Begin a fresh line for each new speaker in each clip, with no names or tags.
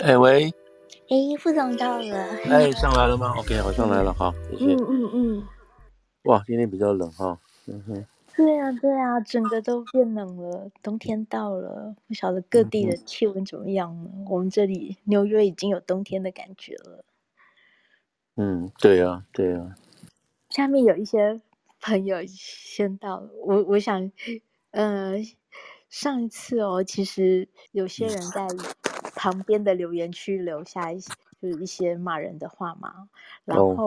喂，
副总到了。
上来了吗 ？OK， 好，上来了，好，谢谢。哇，今天比较冷哈。
对啊，整个都变冷了，冬天到了，不晓得各地的气温怎么样呢？我们这里纽约已经有冬天的感觉了。
对啊。
下面有一些朋友先到了，我想，上一次其实有些人在旁边的留言区留下就是一些骂人的话嘛，然后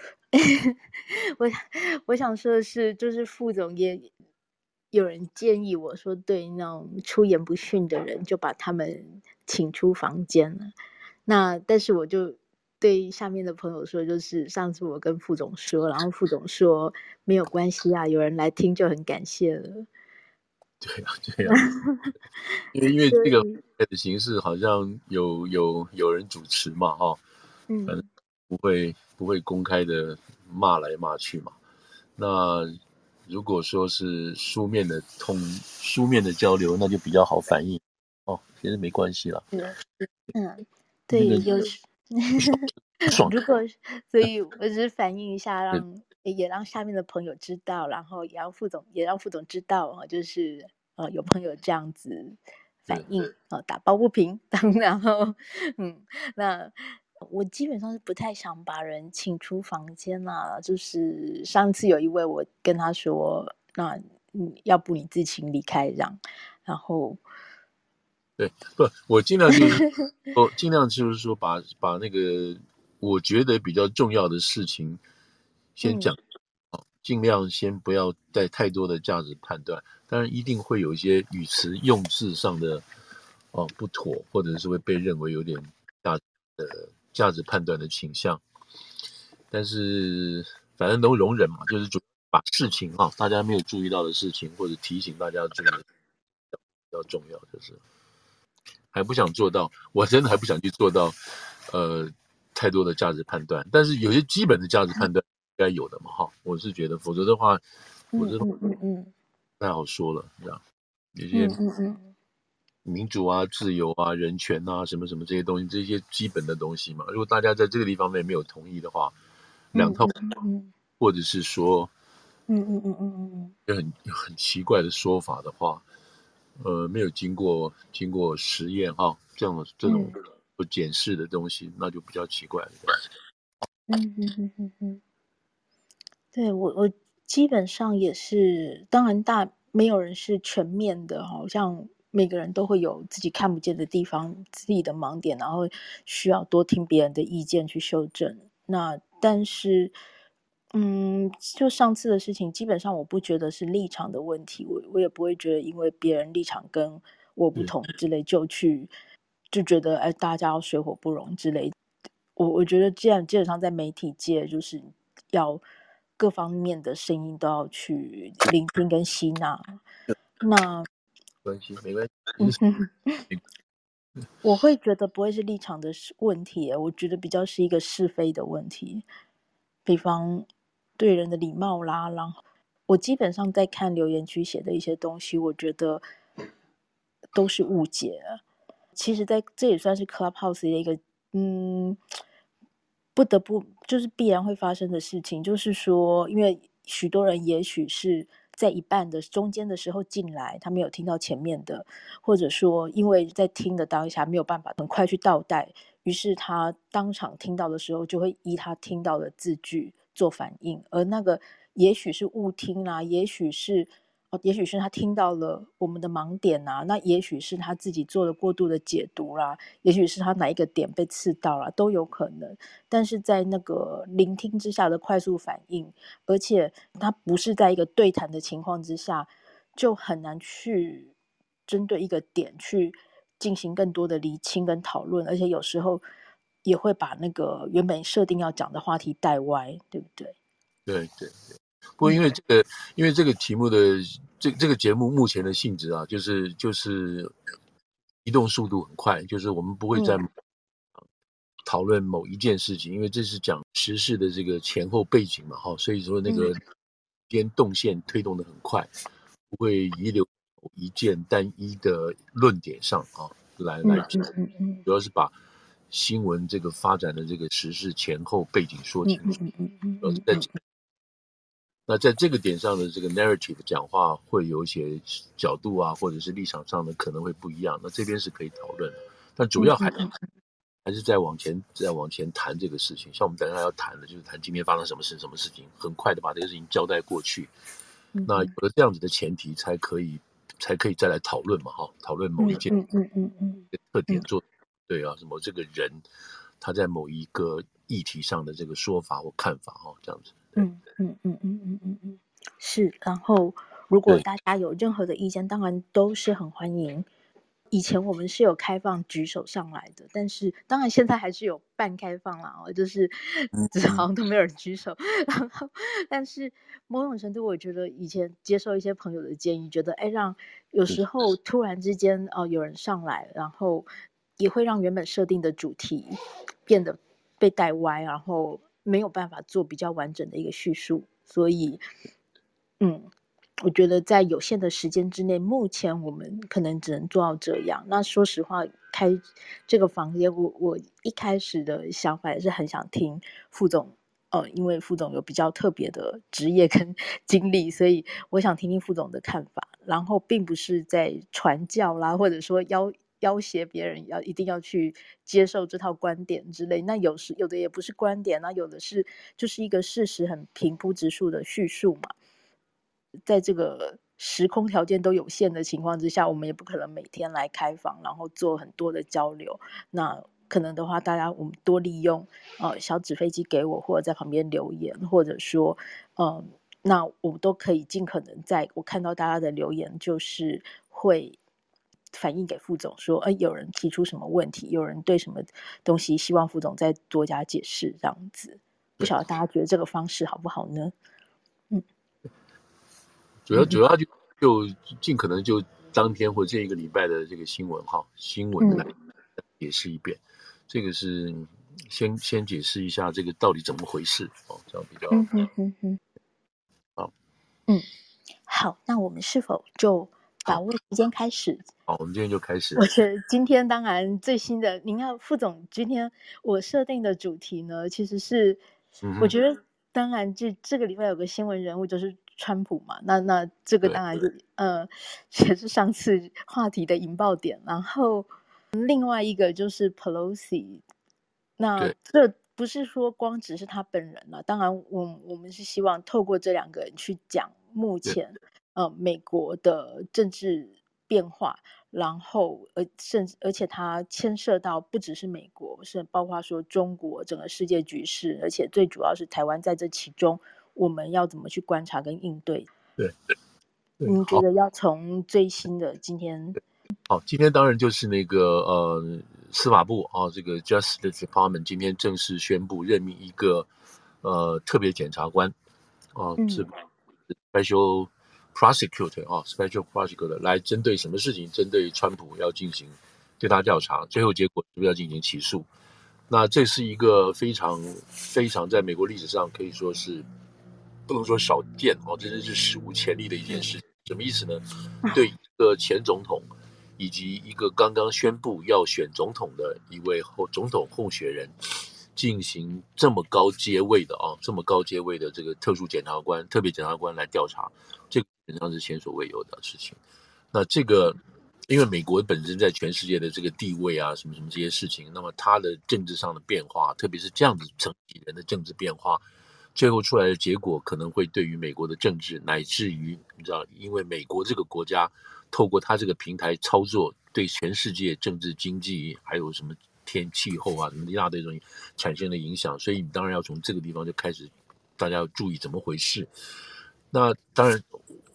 我想说的是，就是副总也有人建议我说，对那种出言不逊的人，就把他们请出房间了。但是我就对下面的朋友说，就是上次我跟副总说，然后副总说没有关系啊，有人来听就很感谢了。
对啊，因为这个的形式好像有人主持嘛，哈，反正不会公开的骂来骂去嘛。那如果说是书面的交流，那就比较好反应哦，其实没关系啦。
对，有时如果所以我只是反映一下，也让下面的朋友知道，然后也让副总知道就是有朋友这样子反应打抱不平，然后那我基本上是不太想把人请出房间啦。就是上次有一位，我跟他说，那要不你自行离开然后
对，我尽量就是说把那个我觉得比较重要的事情先讲，尽量先不要带太多的价值判断。当然一定会有一些语词用字上的不妥，或者是会被认为有点价值判断的倾向，但是反正都容忍嘛，就是把事情大家没有注意到的事情，或者提醒大家注意的比较重要，就是还不想做到，我真的还不想去做到太多的价值判断，但是有些基本的价值判断应该有的嘛，我是觉得，否则的话不太好说了，这样有些民主啊、自由啊、人权啊、什么什么这些东西，这些基本的东西嘛。如果大家在这个地方面没有同意的话，两套，或者是说，很奇怪的说法的话，没有经过实验这种不检视的东西，那就比较奇怪了。
对，我基本上也是，当然没有人是全面的，好像每个人都会有自己看不见的地方，自己的盲点，然后需要多听别人的意见去修正。但是，就上次的事情，基本上我不觉得是立场的问题，我也不会觉得因为别人立场跟我不同之类就觉得大家要水火不容之类。我觉得基本上在媒体界，就是要各方面的声音都要去聆听跟吸纳。那
没关系。
我会觉得不会是立场的问题，我觉得比较是一个是非的问题。比方对人的礼貌啦，然后我基本上在看留言区写的一些东西，我觉得都是误解。其实这也算是 Clubhouse 的一个不得不就是必然会发生的事情，就是说，因为许多人也许是在一半的中间的时候进来，他没有听到前面的，或者说因为在听的当下没有办法很快去倒带，于是他当场听到的时候就会依他听到的字句做反应，而那个也许是误听啦，也许是他听到了我们的盲点啊，那也许是他自己做了过度的解读啦，也许是他哪一个点被刺到了，都有可能。但是在那个聆听之下的快速反应，而且他不是在一个对谈的情况之下，就很难去针对一个点去进行更多的厘清跟讨论，而且有时候也会把那个原本设定要讲的话题带歪，对不对？
对。不过因为这个题目的这个节目目前的性质啊，就是移动速度很快，就是我们不会在讨论某一件事情，因为这是讲时事的这个前后背景嘛，所以说那个动线推动的很快，不会遗留一件单一的论点上来讲，主要是把新闻这个发展的这个时事前后背景说清楚。那在这个点上的这个 narrative 讲话会有一些角度啊，或者是立场上的可能会不一样，那这边是可以讨论的，但主要还是再往前谈这个事情。像我们等一下要谈的就是谈今天发生什么事情，很快的把这个事情交代过去。那有了这样子的前提，才可以再来讨论嘛，讨论某一件特点做对啊，什么这个人他在某一个议题上的这个说法或看法这样子。
是。然后如果大家有任何的意见，当然都是很欢迎。以前我们是有开放举手上来的，但是当然现在还是有半开放啦，就是好像都没有人举手。然后，但是某种程度，我觉得以前接受一些朋友的建议，觉得让有时候突然之间有人上来，然后也会让原本设定的主题变得被带歪，然后没有办法做比较完整的一个叙述，所以我觉得在有限的时间之内，目前我们可能只能做到这样。那说实话，开这个房间，我一开始的想法也是很想听副总，因为副总有比较特别的职业跟经历，所以我想听听副总的看法。然后并不是在传教啦，或者说要挟别人一定要去接受这套观点之类。那有的也不是观点，那有的就是一个事实很平铺直述的叙述嘛。在这个时空条件都有限的情况之下，我们也不可能每天来开房，然后做很多的交流。那可能的话，我们多利用小纸飞机给我，或者在旁边留言，或者说那我们都可以尽可能在我看到大家的留言，就是会反映给副总说，有人提出什么问题，有人对什么东西希望副总再多加解释，这样子。不晓得大家觉得这个方式好不好呢？
主要就尽可能就当天或这一个礼拜的这个新闻来解释一遍。这个是先解释一下这个到底怎么回事这样比较好。
好，那我们是否就把握时间开始？
好，我们今天就开始。
我觉得今天当然最新的，您要副总，今天我设定的主题呢，其实是我觉得当然这个礼拜有个新闻人物就是川普嘛，那这个当然就也是上次话题的引爆点。然后另外一个就是 Pelosi， 那这不是说光只是他本人了，当然我们是希望透过这两个人去讲目前美国的政治变化，然后而且它牵涉到不只是美国，是包括说中国整个世界局势，而且最主要是台湾在这其中，我们要怎么去观察跟应对？
对，
您觉得要从最新的今天？
好，今天当然就是那个司法部这个 Justice Department 今天正式宣布任命一个特别检察官是 Special Prosecutor Special Prosecutor 来针对什么事情？针对川普要进行对他调查，最后结果是不是要进行起诉？那这是一个非常非常在美国历史上可以说是不能说少见真的是史无前例的一件事。什么意思呢？对一个前总统以及一个刚刚宣布要选总统的一位总统候选人进行这么高阶位的这个特别检察官来调查，这个基本上是前所未有的事情。那这个因为美国本身在全世界的这个地位啊，什么什么这些事情，那么它的政治上的变化，特别是这样子层级人的政治变化，最后出来的结果可能会对于美国的政治，乃至于你知道，因为美国这个国家透过它这个平台操作，对全世界政治、经济还有什么气候啊，什么一大堆东西产生了影响，所以你当然要从这个地方就开始，大家要注意怎么回事。那当然，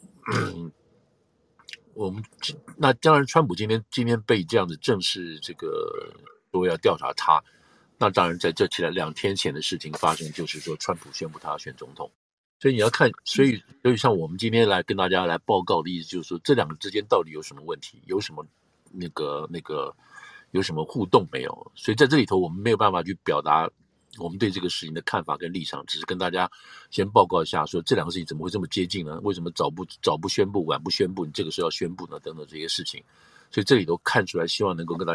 当然，川普今天被这样子正式这个说要调查他，那当然在这起来2天前的事情发生，就是说川普宣布他要选总统，所以你要看，所以像我们今天来跟大家来报告的意思，就是说这两个之间到底有什么问题，有什么那个有什么互动没有？所以在这里头我们没有办法去表达我们对这个事情的看法跟立场，只是跟大家先报告一下，说这两个事情怎么会这么接近呢？为什么早不宣布，晚不宣布，你这个时候要宣布呢？等等这些事情，所以这里头看出来，希望能够跟大家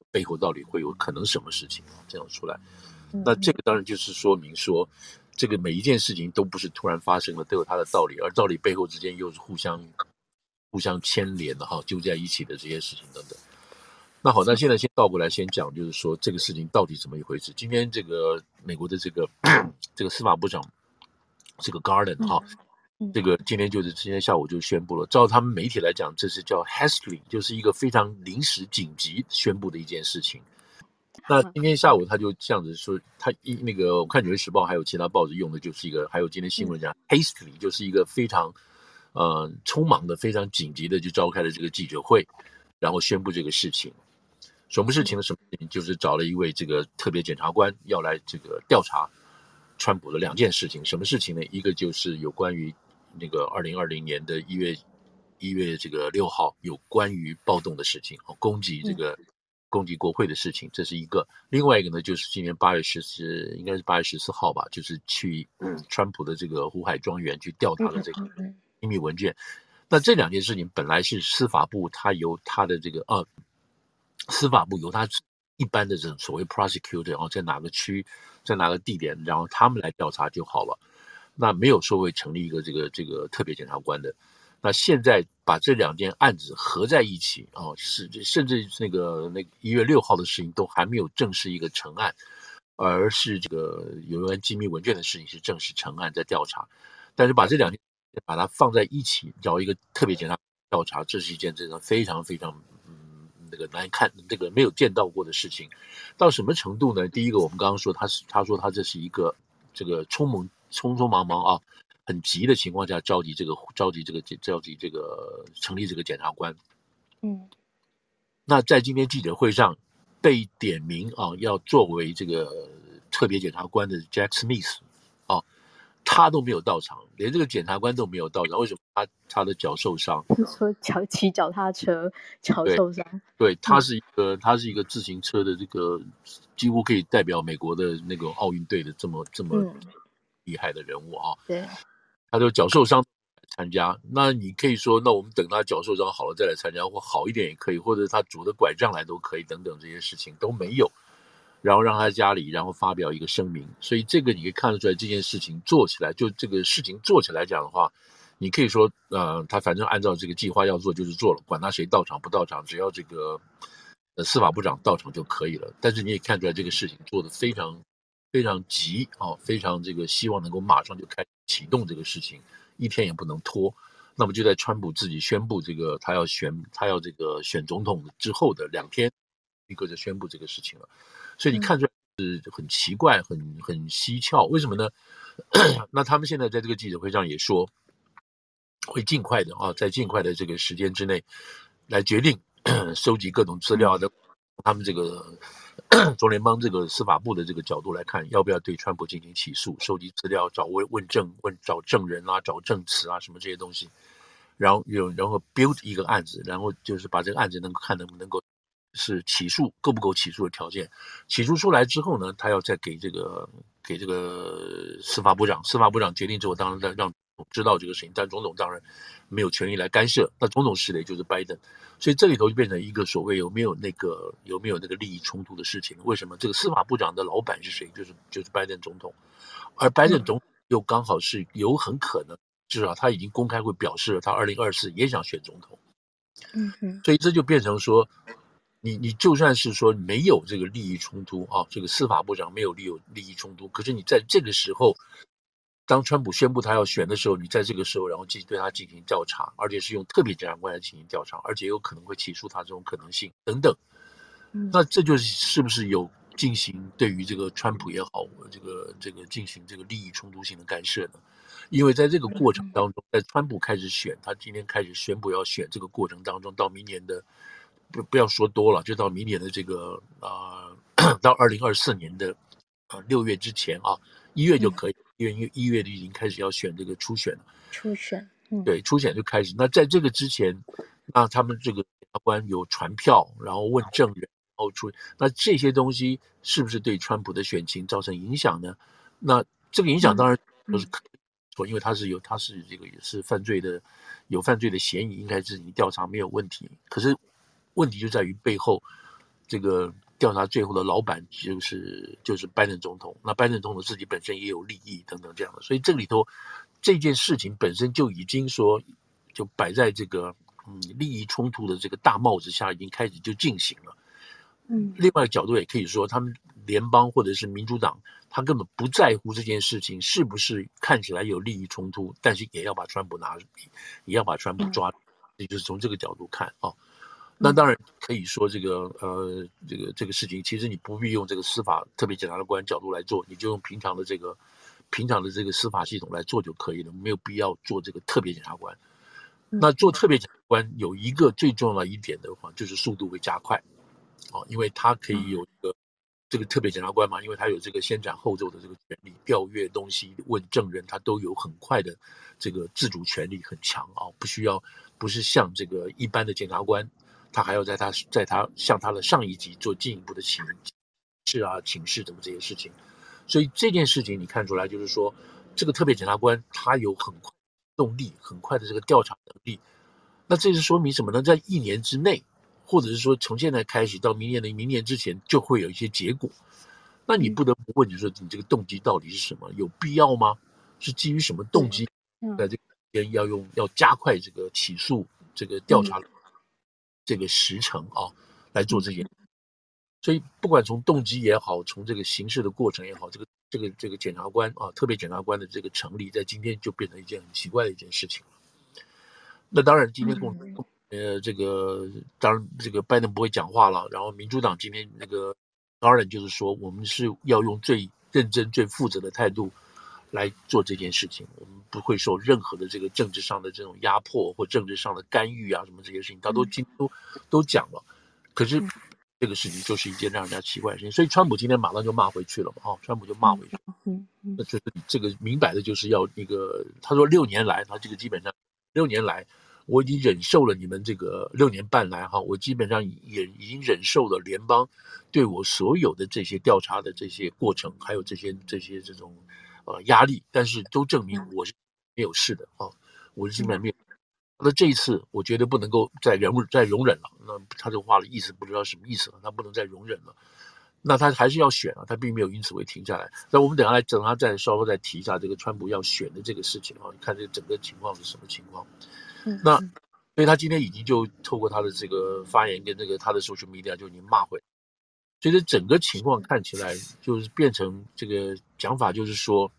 背后到底会有可能什么事情这样出来。那这个当然就是说明说，这个每一件事情都不是突然发生的，都有它的道理，而道理背后之间又是互相牵连的纠在一起的这些事情等等。那好，那现在先倒过来先讲，就是说这个事情到底怎么一回事。今天这个美国的这个司法部长这个 Garland 这个今天下午就宣布了，照他们媒体来讲，这是叫 hastily， 就是一个非常临时紧急宣布的一件事情。那今天下午他就这样子说，他那个我看《纽约时报》还有其他报纸用的就是一个，还有今天新闻讲 hastily， 就是一个非常匆忙的、非常紧急的就召开了这个记者会，然后宣布这个事情。什么事情呢？什么事情？就是找了一位这个特别检察官要来这个调查川普的两件事情。什么事情呢？一个就是有关于那个2020年的1月这个6号有关于暴动的事情，攻击国会的事情，这是一个。另外一个呢，就是今年应该是8月14号吧，就是去川普的这个湖海庄园去调查的这个秘密文件。那这两件事情本来是司法部，它由它的这个司法部由他一般的这种所谓 prosecutor， 然后在哪个区，在哪个地点，然后他们来调查就好了。那没有说会成立一个这个特别检察官的。那现在把这两件案子合在一起甚至那个1月6号的事情都还没有正式一个成案，而是这个有关机密文件的事情是正式成案在调查。但是把这两件把它放在一起，找一个特别检察调查，这是一件真的非常非常那个难看，这个没有见到过的事情。到什么程度呢？第一个，我们刚刚说他说他这是一个这个匆匆忙忙很急的情况下召集这个成立这个检察官。那在今天记者会上被点名要作为这个特别检察官的 Jack Smith 他都没有到场，连这个检察官都没有到场。为什么？他的脚受伤，
说骑脚踏车脚受伤。
对，他是一个自行车的这个几乎可以代表美国的那个奥运队的这么厉害的人物
对，
他就脚受伤参加。那你可以说，那我们等他脚受伤好了再来参加，或好一点也可以，或者他拄着拐杖来都可以，等等这些事情都没有。然后让他家里，然后发表一个声明。所以这个你可以看得出来，这件事情做起来，就这个事情做起来讲的话，你可以说他反正按照这个计划要做就是做了，管他谁到场不到场，只要这个司法部长到场就可以了。但是你也看出来这个事情做得非常非常急非常这个希望能够马上就开始启动这个事情，一天也不能拖。那么就在川普自己宣布这个他要这个选总统之后的2天，立刻就宣布这个事情了。所以你看出来是很奇怪，很蹊跷。为什么呢？那他们现在在这个记者会上也说，会尽快的在尽快的这个时间之内来决定收集各种资料的。他们这个中联邦这个司法部的这个角度来看，要不要对川普进行起诉，收集资料，找证人找证词什么这些东西，然后 build 一个案子，然后就是把这个案子能够是起诉够不够起诉的条件。起诉出来之后呢，他要再给这个司法部长决定之后，当然让知道这个事情，但总统当然没有权利来干涉。那总统是的就是拜登，所以这里头就变成一个所谓有没有那个利益冲突的事情。为什么这个司法部长的老板是谁？就是拜登总统，而拜登总统又刚好是有很可能，至少他已经公开会表示了，他2024也想选总统。所以这就变成说，你就算是说没有这个利益冲突这个司法部长没有利益冲突，可是你在这个时候，当川普宣布他要选的时候，你在这个时候然后对他进行调查，而且是用特别检察官来进行调查，而且有可能会起诉他这种可能性等等。那这就是不是有进行对于这个川普也好，这个进行这个利益冲突性的干涉呢？因为在这个过程当中，在川普开始选，他今天开始宣布要选这个过程当中，到明年的不要说多了，就到明年的这个到2024年的6月之前1月就可以，因为1月就已经开始要选这个初选了。对，初选就开始。那在这个之前，那他们这个检察官有传票，然后问证人，然后那这些东西是不是对川普的选情造成影响呢？那这个影响当然都是可以说，因为他是这个也是有犯罪的嫌疑，应该是你调查没有问题。可是问题就在于背后这个调查最后的老板就是拜登总统，那拜登总统自己本身也有利益等等这样的，所以这里头这件事情本身就已经说就摆在这个利益冲突的这个大帽子下，已经开始就进行了。另外一个角度也可以说，他们联邦或者是民主党，他根本不在乎这件事情是不是看起来有利益冲突，但是也要把川普也要把川普抓，也就是从这个角度看啊。那当然可以说这个事情，其实你不必用这个司法特别检察官角度来做，你就用平常的这个司法系统来做就可以了，没有必要做这个特别检察官。那做特别检察官有一个最重要的一点的话，就是速度会加快。因为他可以有这个特别检察官嘛，因为他有这个先斩后奏的这个权利，调阅东西、问证人，他都有很快的这个自主权利很强啊，不是像这个一般的检察官，他还要在他向他的上一级做进一步的请示等这些事情，所以这件事情你看出来就是说，这个特别检察官他有很快动力、很快的这个调查能力，那这是说明什么呢？在1年之内。或者是说从现在开始到明年之前就会有一些结果，那你不得不问，就是说你这个动机到底是什么？有必要吗？是基于什么动机？在这个间要加快这个起诉这个调查这个时程啊，来做这件。所以不管从动机也好，从这个刑事的过程也好，这个检察官啊，特别检察官的这个成立，在今天就变成一件很奇怪的一件事情了。那当然，今天这个当然这个拜登不会讲话了，然后民主党今天那个当然就是说，我们是要用最认真、最负责的态度来做这件事情，我们不会受任何的这个政治上的这种压迫或政治上的干预啊，什么这些事情，他都讲了。可是这个事情就是一件让人家奇怪的事情，所以川普今天马上就骂回去了嘛，川普就骂回去，那就是这个明摆的就是要那个，他说6年来，他这个基本上6年来。我已经忍受了你们这个6年半来哈，我基本上也已经忍受了联邦对我所有的这些调查的这些过程，还有这些这种压力，但是都证明我是没有事的啊，我是基本上没有。那这一次我觉得不能够再容忍了，那他这话的意思不知道什么意思了，他不能再容忍了。那他还是要选啊，他并没有因此会停下来。那我们等他再稍后再提一下这个川普要选的这个事情啊，看这个整个情况是什么情况。那所以他今天已经就透过他的这个发言跟这个他的 social media 就已经骂回，所以这整个情况看起来就是变成这个讲法，就是说，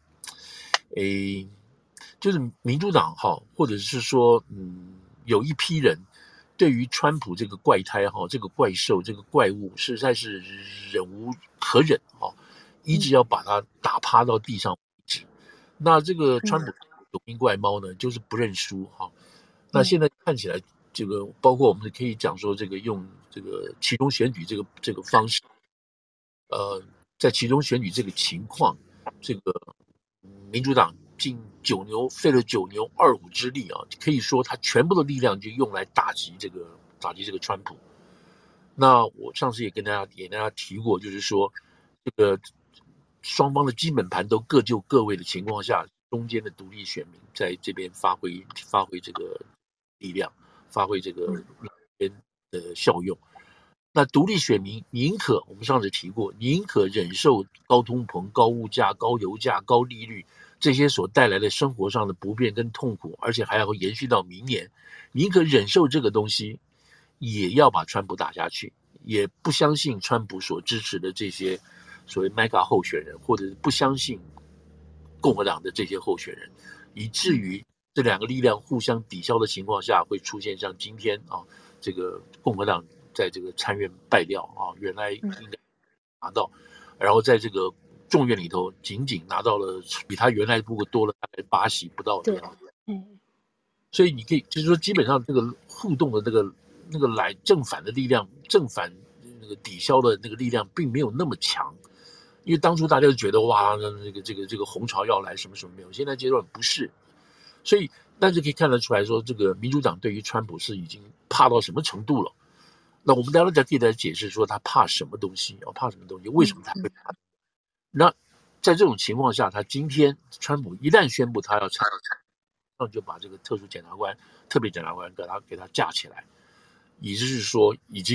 就是民主党哈，或者是说有一批人对于川普这个怪胎哈，这个怪兽这个怪物实在是忍无可忍哈，一直要把他打趴到地上为止。那这个川普有名怪猫呢，就是不认输哈。那现在看起来，这个包括我们可以讲说，这个用这个期中选举这个方式，在期中选举这个情况，这个民主党费了九牛二虎之力啊，可以说他全部的力量就用来打击这个川普。那我上次也跟大家提过，就是说这个双方的基本盘都各就各位的情况下，中间的独立选民在这边发挥这个力量，发挥这个的效用。那独立选民我们上次提过，宁可忍受高通膨、高物价、高油价、高利率这些所带来的生活上的不便跟痛苦，而且还要延续到明年，宁可忍受这个东西，也要把川普打下去，也不相信川普所支持的这些所谓 MAGA 候选人，或者是不相信共和党的这些候选人，以至于这两个力量互相抵消的情况下，会出现像今天啊，这个共和党在这个参院败掉啊，原来应该拿到，然后在这个众院里头仅仅拿到了比他原来不过多了大概8席不到的样子。所以你可以就是说，基本上这个互动的那个来正反的力量，正反那个抵消的那个力量，并没有那么强。因为当初大家就觉得哇，这个红潮要来，什么什么没有，现在阶段不是。所以但是可以看得出来说，这个民主党对于川普是已经怕到什么程度了。那我们待会再可以来解释说他怕什么东西，怕什么东西，为什么他会怕。那在这种情况下，他今天川普一旦宣布他要参，那就把这个特别检察官给他架起来，也就是说已经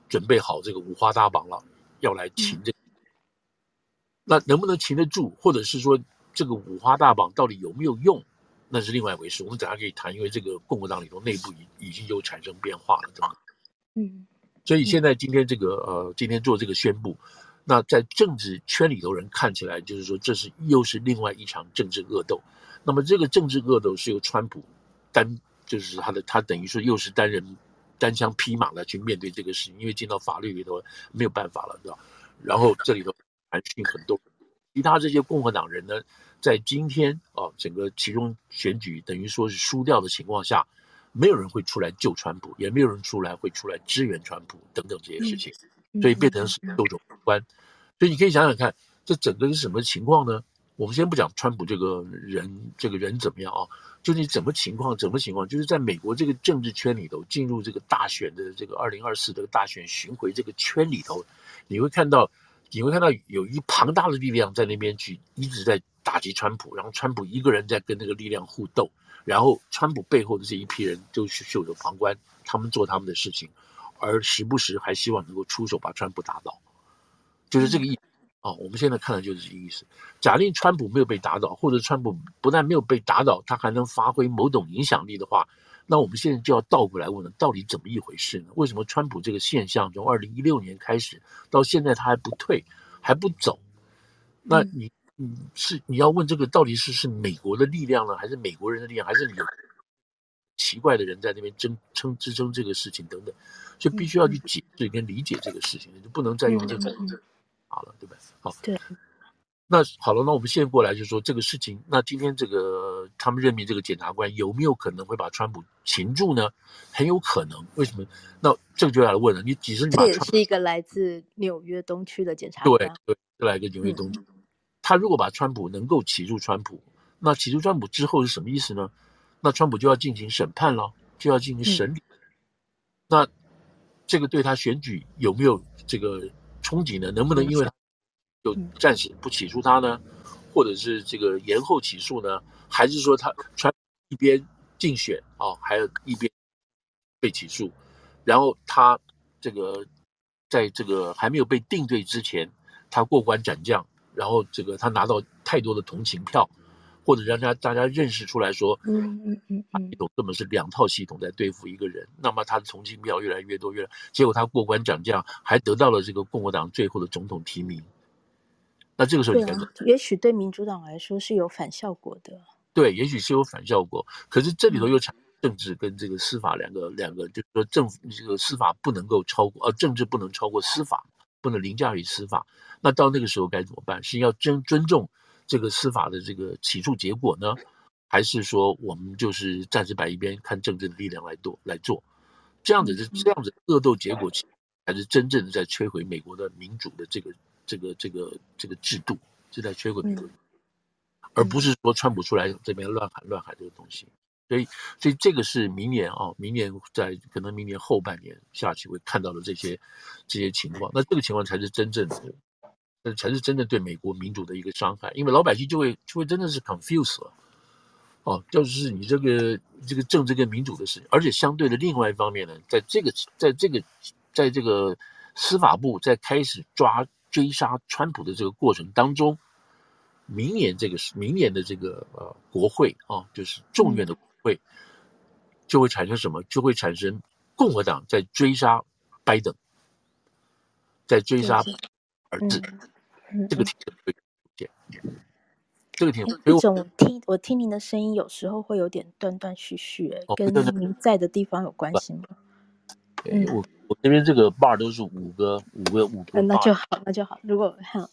准备好这个五花大绑了，要来擒这个。那能不能擒得住，或者是说这个五花大绑到底有没有用，那是另外一回事。我们等下可以谈，因为这个共和党里头内部已经有产生变化了，等等。所以现在今天今天做这个宣布，那在政治圈里头人看起来就是说，这是又是另外一场政治恶斗。那么这个政治恶斗是由川普就是他等于说又是单枪匹马的去面对这个事情，因为进到法律里头没有办法了，对吧？然后这里头传讯很多，其他这些共和党人呢，在今天整个其中选举等于说是输掉的情况下，没有人会出来救川普，也没有人会出来支援川普等等这些事情，所以变成是斗种关。所以你可以想想看，这整个是什么情况呢？我们先不讲川普这个人怎么样啊，就是怎么情况，就是在美国这个政治圈里头，进入这个大选的这个2024这个大选巡回这个圈里头，你会看到有一庞大的力量在那边去一直在打击川普，然后川普一个人在跟那个力量互斗，然后川普背后的这一批人就袖手旁观，他们做他们的事情，而时不时还希望能够出手把川普打倒，就是这个意思。我们现在看的就是这个意思。假定川普没有被打倒，或者川普不但没有被打倒，他还能发挥某种影响力的话，那我们现在就要倒过来问了，到底怎么一回事呢？为什么川普这个现象从2016年开始到现在他还不退，还不走？那你要问这个到底是美国的力量呢，还是美国人的力量，还是有奇怪的人在那边支撑这个事情等等，所以必须要去解释跟理解这个事情，就不能再用这种好了，对不对？好，
对。
那好了，那我们现在过来就说这个事情。那今天他们任命这个检察官有没有可能会把川普擒住呢？很有可能。为什么？那这个就要来问了。你几时把
这也是一个来自纽约东区的检察官。
对，就来一个纽约东区。他如果把川普能够起诉川普，那起诉川普之后是什么意思呢？那川普就要进行审判了，就要进行审理。那这个对他选举有没有这个冲击呢？能不能因为他就暂时不起诉他呢？或者是这个延后起诉呢？还是说他川一边竞选还有一边被起诉，然后他这个在这个还没有被定罪之前，他过关斩将，然后这个他拿到太多的同情票，或者让大家认识出来说，系统根本是两套系统在对付一个人，那么他的同情票越来越多，结果他过关斩将，还得到了这个共和党最后的总统提名。那这个时候你该
也许对民主党来说是有反效果的。
对，也许是有反效果，可是这里头又产生政治跟这个司法两个，就是说政府这个司法不能够超过，政治不能超过司法，不能凌驾于司法。那到那个时候该怎么办？是要尊重这个司法的这个起诉结果呢，还是说我们就是暂时摆一边，看政治的力量来做？这样子恶斗结果，才是真正的在摧毁美国的民主的这个制度，是在摧毁美国。而不是说川普出来这边乱喊这个东西。所以这个是明年可能明年后半年下去会看到的这些情况。那这个情况才是真正对美国民主的一个伤害，因为老百姓就会真的是 confuse 了。就是你这个政治跟民主的事情，而且相对的另外一方面呢，在这个司法部在开始追杀川普的这个过程当中，明年的这个国会就是众院的国会，就会产生什么？就会产生共和党在追杀拜登，在追杀儿子，这个题会出现。这个题，
我听您的声音有时候会有点断断续续，跟您在的地方有关系吗？
我这边这个 bar 都是五个 bar，
那就好。如果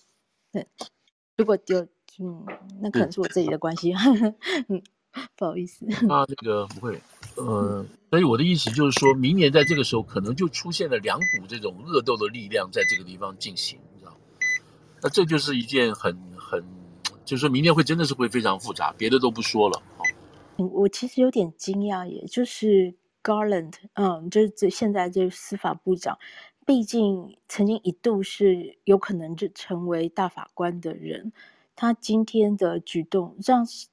有那可能是我自己的关系，不好意思。
这个不会，所以我的意思就是说，明年在这个时候可能就出现了两股这种恶斗的力量在这个地方进行，你知道？那这就是一件就是说明年真的是会非常复杂，别的都不说了。
我其实有点惊讶，也就是 Garland，就是现在这司法部长，毕竟曾经一度是有可能成为大法官的人，他今天的举动让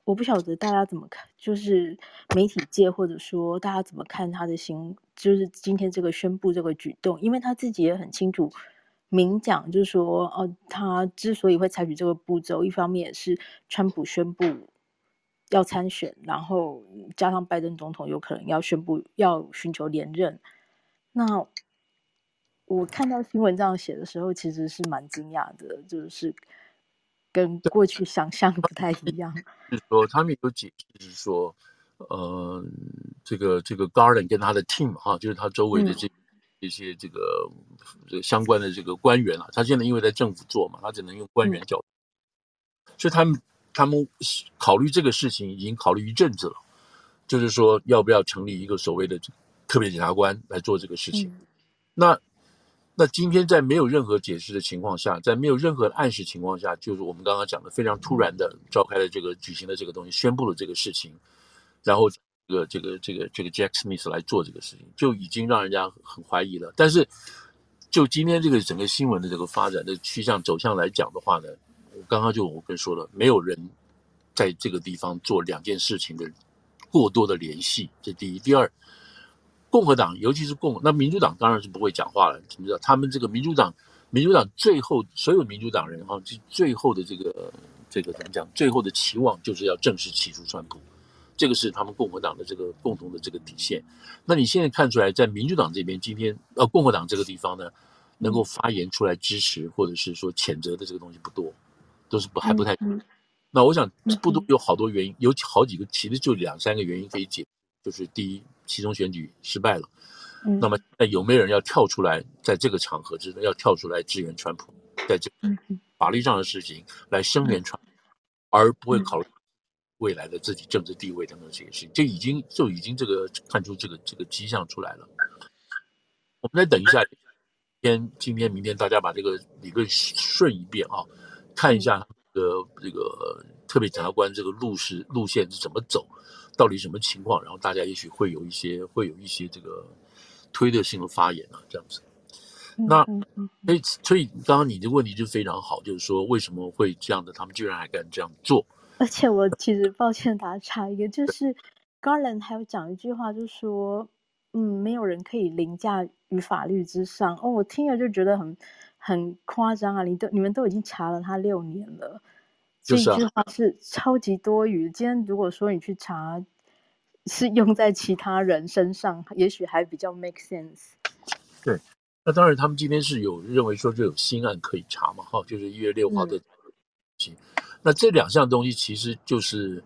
我不晓得大家怎么看，就是媒体界或者说大家怎么看他的就是今天这个宣布这个举动，因为他自己也很清楚明讲，就是说，他之所以会采取这个步骤，一方面也是川普宣布要参选，然后加上拜登总统有可能要宣布要寻求连任。那我看到新闻这样写的时候，其实是蛮惊讶的，就是跟过去想象不太一样。
就是说他们有解释是说，呃，这个 Garland 跟他的 team 哈，就是他周围的这些这个相关的这个官员啊，他现在因为在政府做嘛，他只能用官员角度，所以他们考虑这个事情已经考虑一阵子了，就是说要不要成立一个所谓的特别检察官来做这个事情。那今天在没有任何解释的情况下，在没有任何暗示情况下，就是我们刚刚讲的非常突然的召开了举行的这个东西，宣布了这个事情，然后这个 Jack Smith 来做这个事情，就已经让人家很怀疑了。但是就今天这个整个新闻的这个发展的趋向走向来讲的话呢，我跟说了，没有人在这个地方做两件事情的过多的联系，这第一。第二，共和党，尤其是那民主党当然是不会讲话了。你知道，他们这个民主党最后所有民主党人哈，最后的这个怎么讲？最后的期望就是要正式起诉川普，这个是他们共和党的这个共同的这个底线。那你现在看出来，在民主党这边，今天共和党这个地方呢，能够发言出来支持或者是说谴责的这个东西不多，都是还不太。那我想不多，有好多原因，有好几个，其实就两三个原因可以解。就是第一，其中选举失败了，那么有没有人要跳出来，在这个场合之中要跳出来支援川普，在这法律上的事情来声援川普，而不会考虑未来的自己政治地位等等这些事情，就已经这个看出这个迹象出来了。我们再等一下，今天、明天，大家把这个理论顺一遍啊，看一下这个特别检察官这个路线是怎么走，到底什么情况，然后大家也许会有一些这个推特性的发言啊，这样子。那所以刚刚你的问题就非常好，就是说为什么会这样的，他们居然还敢这样做？
而且我其实抱歉打岔一个，就是 Garland 还有讲一句话，就说没有人可以凌驾于法律之上。我听了就觉得很夸张啊！你们都已经查了他6年了，这一句话是超级多余。今天如果说你去查，是用在其他人身上，也许还比较 make sense。
对，那当然他们今天是有认为说这有新案可以查嘛，就是1月6号的。那这两项东西其实就是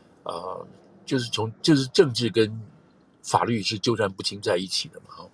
就是政治跟法律是纠缠不清在一起的嘛，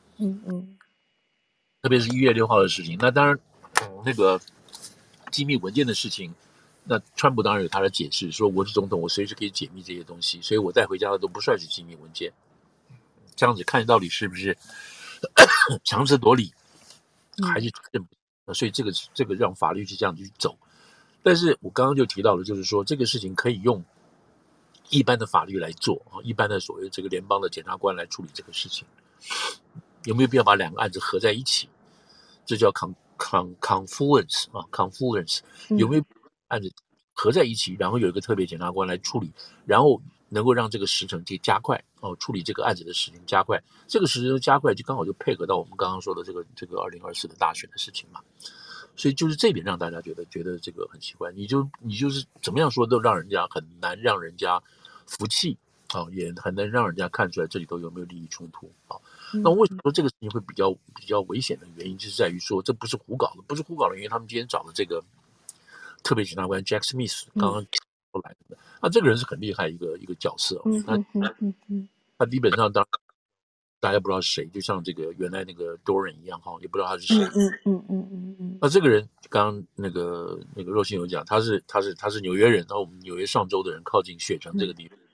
特别是1月6号的事情。那当然，那个机密文件的事情，那川普当然有他的解释，说我是总统，我随时可以解密这些东西，所以我带回家的都不算是机密文件。这样子看到底是不是强词夺理，还是所以这个让法律是这样去走。但是我刚刚就提到了，就是说这个事情可以用一般的法律来做，一般的所谓这个联邦的检察官来处理这个事情，有没有必要把两个案子合在一起？这叫 confluence 啊 ，confluence 有没有案子合在一起，然后有一个特别检察官来处理，然后能够让这个时程可以加快处理这个案子的时间加快，这个时程加快就刚好就配合到我们刚刚说的这个2024的大选的事情嘛。所以就是这点让大家觉得这个很奇怪，你就是怎么样说都很难让人家服气也很难让人家看出来这里头有没有利益冲突那为什么说这个事情会比较危险的原因，就是在于说这不是胡搞的，不是胡搞的原因。他们今天找的这个特别检察官 Jack Smith 刚刚出来的，那这个人是很厉害一个角色他基本上大家不知道是谁，就像这个原来那个 Doran 一样也不知道他是谁。那这个人刚刚那个若星有讲，他是纽约人，然后我们纽约上州的人，靠近雪城这个地方。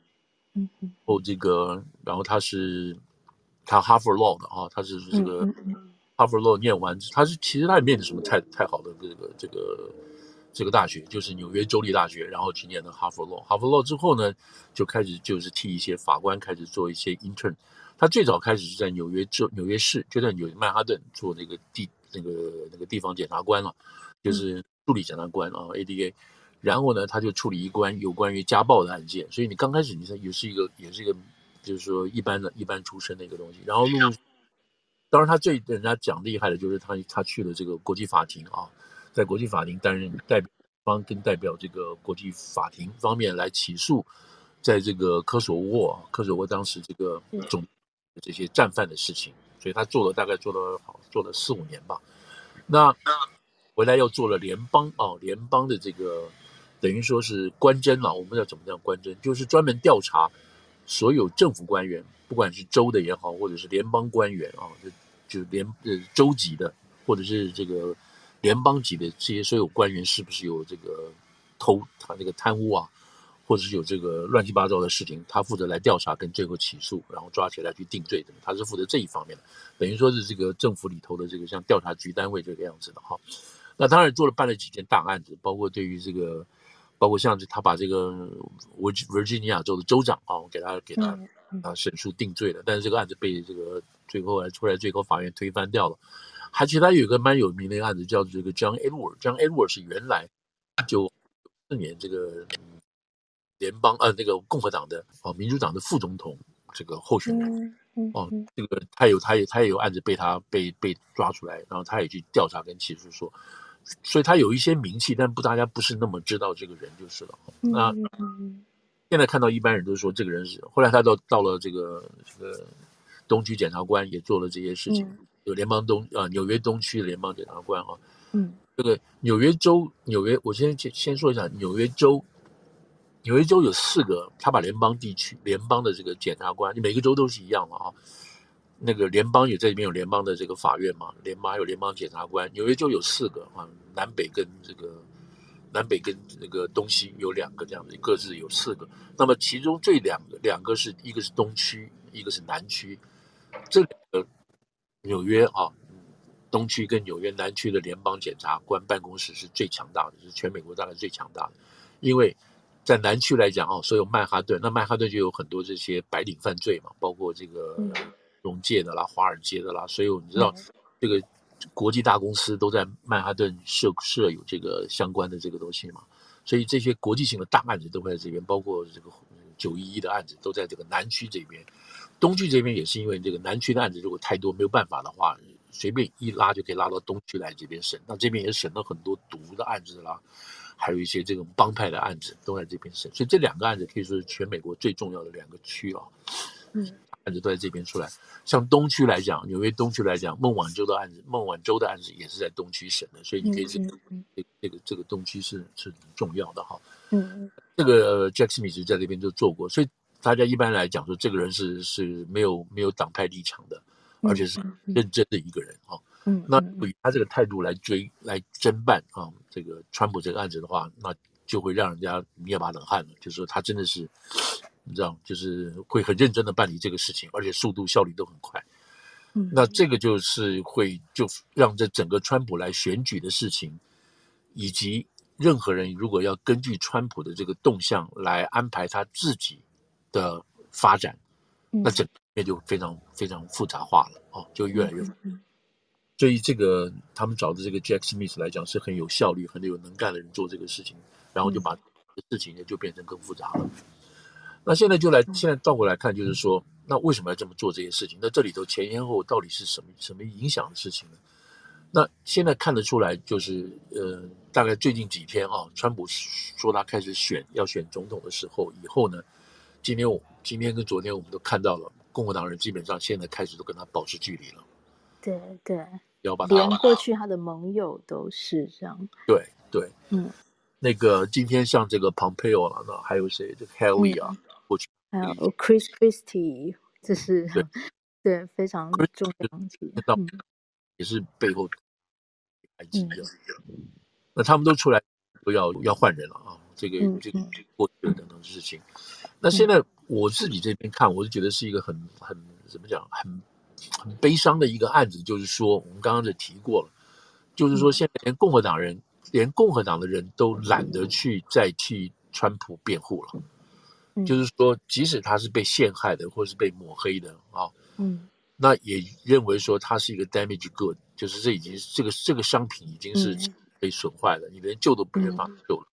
然后他哈佛 law 的他是这个哈佛 law 念完，其实他也没有什么太好的这个大学，就是纽约州立大学，然后去念的哈佛 law。哈佛 law 之后呢，就开始就是替一些法官开始做一些 intern。他最早开始是在纽约市，就在曼哈顿做那个地方检察官了，就是助理检察官ADA。 然后呢，他就处理一关有关于家暴的案件，所以你刚开始你也是一个就是说一般出身的一个东西，然后陆陆当然他最人家讲厉害的就是他去了这个国际法庭啊，在国际法庭担任代表方跟代表这个国际法庭方面来起诉，在这个科索沃当时这个这些战犯的事情，所以他大概做了4-5年吧。那回来又做了联邦的这个等于说是官侦我们要怎么样官侦，就是专门调查所有政府官员，不管是州的也好，或者是联邦官员就州级的，或者是这个联邦级的这些所有官员，是不是有这个他那个贪污或者是有这个乱七八糟的事情，他负责来调查跟最后起诉，然后抓起来去定罪的，他是负责这一方面的，等于说是这个政府里头的这个像调查局单位这个样子的那当然办了几件大案子，包括对于这个，包括像他把这个维吉尼亚州的州长给他审诉定罪了，但是这个案子被这个最后出来最高法院推翻掉了。其实他有一个蛮有名的一个案子，叫做这个 John Edward 是原来94年这个联邦那个共和党的民主党的副总统这个候选人这个他也有案子被抓出来，然后他也去调查跟起诉说，所以他有一些名气，但大家不是那么知道这个人就是了。那现在看到一般人都说这个人是，后来他到了这个东区检察官也做了这些事情，有纽约东区的联邦检察官这个纽约，我先说一下纽约州有4个，他把联邦的这个检察官，每个州都是一样的那个联邦在这边有联邦的这个法院嘛，联邦还有联邦检察官，纽约州有4个南北跟那个东西有2个这样子，各自有4个。那么其中这两个是一个是东区，一个是南区，这2个纽约东区跟纽约南区的联邦检察官办公室是最强大的，是全美国大概最强大的，因为在南区来讲所有曼哈顿就有很多这些白领犯罪嘛，包括这个荣界的啦、华尔街的啦，所以你知道这个国际大公司都在曼哈顿设有这个相关的这个东西嘛，所以这些国际性的大案子都会在这边，包括这个911的案子都在这个南区这边。东区这边也是因为这个南区的案子如果太多没有办法的话，随便一拉就可以拉到东区来这边审，那这边也审了很多毒的案子啦，还有一些这种帮派的案子都在这边审，所以这2个案子可以说是全美国最重要的2个区案子都在这边出来。像东区来讲，纽约东区来讲，孟晚舟的案子也是在东区审的，所以你可以这个东区是很重要的这个Jack Smith 在这边就做过，所以大家一般来讲说这个人是没有党派立场的，而且是认真的一个人那以他这个态度来侦办这个川普这个案子的话，那就会让人家捏把冷汗了，就是说他真的是你知道，就是会很认真的办理这个事情，而且速度效率都很快。那这个就是就让这整个川普来选举的事情，以及任何人如果要根据川普的这个动向来安排他自己的发展，那整个就非常非常复杂化了就越来越所以这个他们找的这个 Jack Smith 来讲是很有效率、很有能干的人做这个事情，然后就把事情就变成更复杂了。那现在倒过来看，就是说，那为什么要这么做这些事情？那这里头前前后后到底是什么影响的事情呢？那现在看得出来，就是大概最近几天川普说他开始要选总统的时候，以后呢，今天跟昨天我们都看到了，共和党人基本上现在开始都跟他保持距离了。
对对，
要把他
连过去他的盟友都是这样。
对，那个今天像这个 Pompeo 了，那还有谁？这个 Haley 过去
还有 Chris Christie， 这是对非常重要的，
也是背后排挤的。那他们都出来都要换人了这个过去的等等事情。那现在我自己这边看，我是觉得是一个很怎么讲，很悲伤的一个案子，就是说我们刚刚就提过了，就是说现在连共和党的人都懒得再替川普辩护了。就是说，即使他是被陷害的，或是被抹黑的那也认为说他是一个 damage good， 就是这个商品已经是被损坏了，你连救都没办法救了。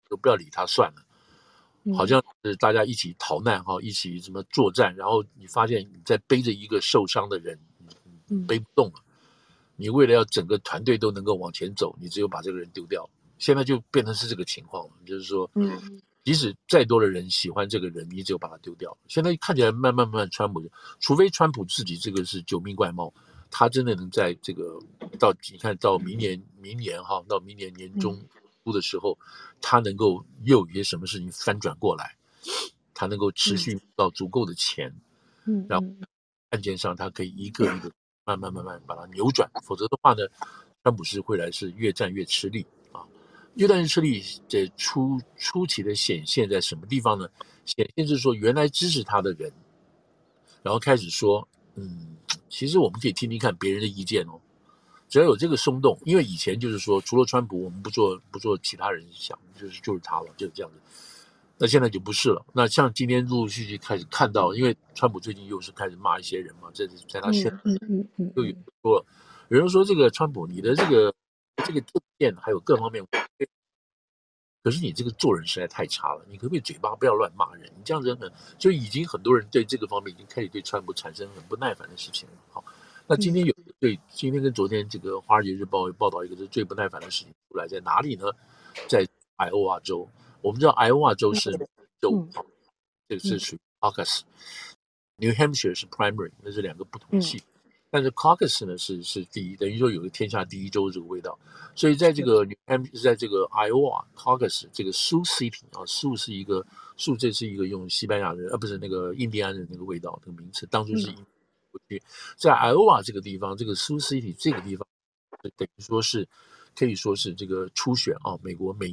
都不要理他算了。好像是大家一起逃难哈，一起什么作战，然后你发现你在背着一个受伤的人，你背不动了。你为了要整个团队都能够往前走，你只有把这个人丢掉。现在就变成是这个情况了，就是说，即使再多的人喜欢这个人，你只有把他丢掉。现在看起来慢慢，川普，除非川普自己这个是九命怪猫，他真的能在这个你看到明年哈，到明年年中的时候，他能够又有一些什么事情翻转过来，他能够持续到足够的钱，然后案件上他可以一个一个慢慢把它扭转，否则的话呢，川普是会是越战越吃力啊。越战越吃力的初期的显现在什么地方呢？显现是说原来支持他的人，然后开始说，其实我们可以听听看别人的意见哦。只要有这个松动，因为以前就是说，除了川普，我们不做其他人想，就是他了，就是这样子。那现在就不是了。那像今天陆陆续续开始看到，因为川普最近又是开始骂一些人嘛，在他现又有说，有人说这个川普，你的这个政见还有各方面，可是你这个做人实在太差了，你可不可以嘴巴不要乱骂人？你这样子就已经很多人对这个方面已经开始对川普产生很不耐烦的事情了。好，那今天今天跟昨天这个《华尔街日报》报道一个是最不耐烦的事情出来在哪里呢？在艾奥瓦州。我们知道艾奥瓦州是州，这个是属于 caucus，New Hampshire 是 primary， 那是两个不同的系。但是 caucus 呢是第一，等于说有个天下第一州这个味道。所以在这个 New Hampshire， 在这个 Iowa caucus 这个 Sioux City 啊，Sioux 是一个这是一个用西班牙人不是那个印第安人那个味道那个名词，当初是在 Iowa 这个地方，这个 Sioux City 这个地方，等于说是可以说是这个初选啊，美国每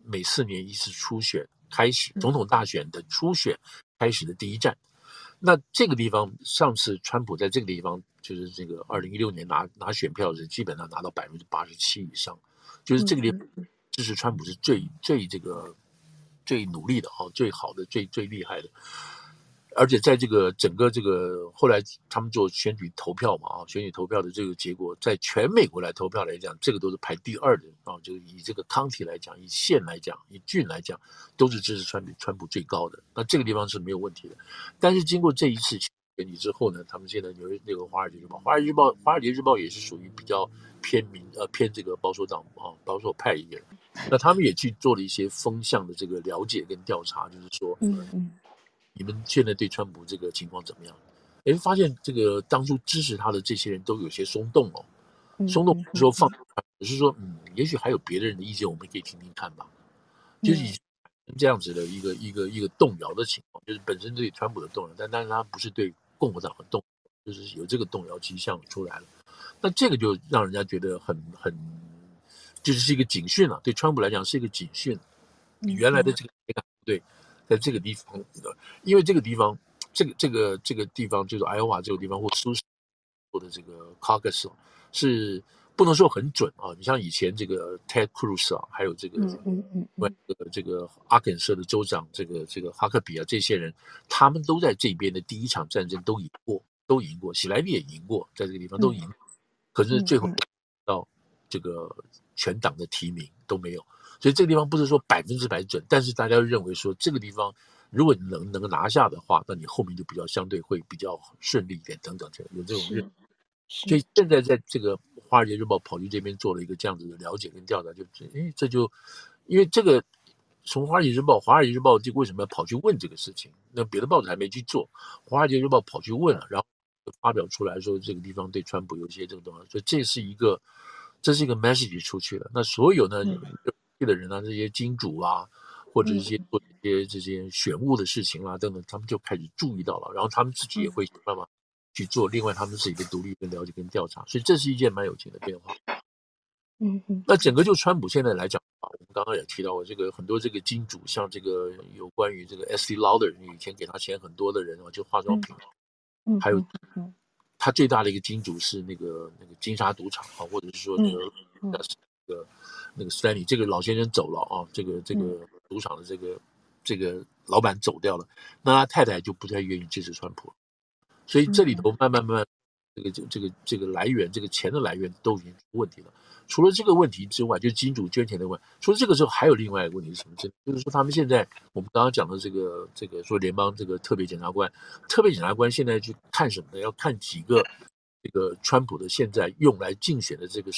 4年一次初选开始，总统大选的初选开始的第一站。那这个地方，上次川普在这个地方，就是这个2016年拿选票是基本上拿到87%以上，就是这个地方支持川普是最努力的最好的最厉害的。而且在这个整个这个后来他们做选举投票嘛选举投票的这个结果，在全美国来投票来讲，这个都是排第2的就是以这个 county 来讲，以县来讲，以郡来讲，都是支持川普最高的。那这个地方是没有问题的。但是经过这一次选举之后呢，他们现在有那个华尔街日报也是属于比较偏这个保守党保守派一点。那他们也去做了一些风向的这个了解跟调查，就是说，你们现在对川普这个情况怎么样？发现这个当初支持他的这些人都有些松动哦，松动不是说放，只是说也许还有别的人的意见，我们可以听听看吧。就是以这样子的一个动摇的情况，就是本身对川普的动摇，但是他不是对共和党的动摇，就是有这个动摇迹象出来了。那这个就让人家觉得很就是一个警讯了，对川普来讲是一个警讯。你原来的这个对，在这个地方，因为这个地方，这个地方就是艾奥瓦这个地方或苏斯的这个 caucus 是不能说很准啊。你像以前这个 Ted Cruz 还有这个阿肯色的州长这个哈克比这些人，他们都在这边的第一场战争都赢过，喜来利也赢过，在这个地方都赢，可是最后到这个全党的提名都没有。所以这个地方不是说100%准，但是大家认为说这个地方，如果你能够拿下的话，那你后面就比较相对会比较顺利一点，等等，有这种认。所以现在在这个《华尔街日报》跑去这边做了一个这样子的了解跟调查，这就因为这个从《华尔街日报》就为什么要跑去问这个事情？那别的报纸还没去做，《华尔街日报》跑去问了，然后发表出来说这个地方对川普有一些这个东西，所以这是一个 message 出去了。那所有呢？的人这些金主或者一些做这些选务的事情等等，他们就开始注意到了，然后他们自己也会想办法去做另外他们自己的独立跟了解跟调查，所以这是一件蛮有趣的变化。那整个就川普现在来讲我们刚刚也提到过这个很多这个金主，像这个有关于这个 Estee Lauder 以前给他钱很多的人就化妆品，还有他最大的一个金主是那个金沙赌场或者是说那个 Stanley 这个老先生走了这个赌场的这个老板走掉了，那他太太就不太愿意支持川普，所以这里头慢慢这个来源，这个钱的来源都已经出问题了。除了这个问题之外，就是金主捐钱的问题。除了这个之后，还有另外一个问题是什么？就是说他们现在我们刚刚讲的这个说联邦这个特别检察官现在去看什么呢？要看几个这个川普的现在用来竞选的这个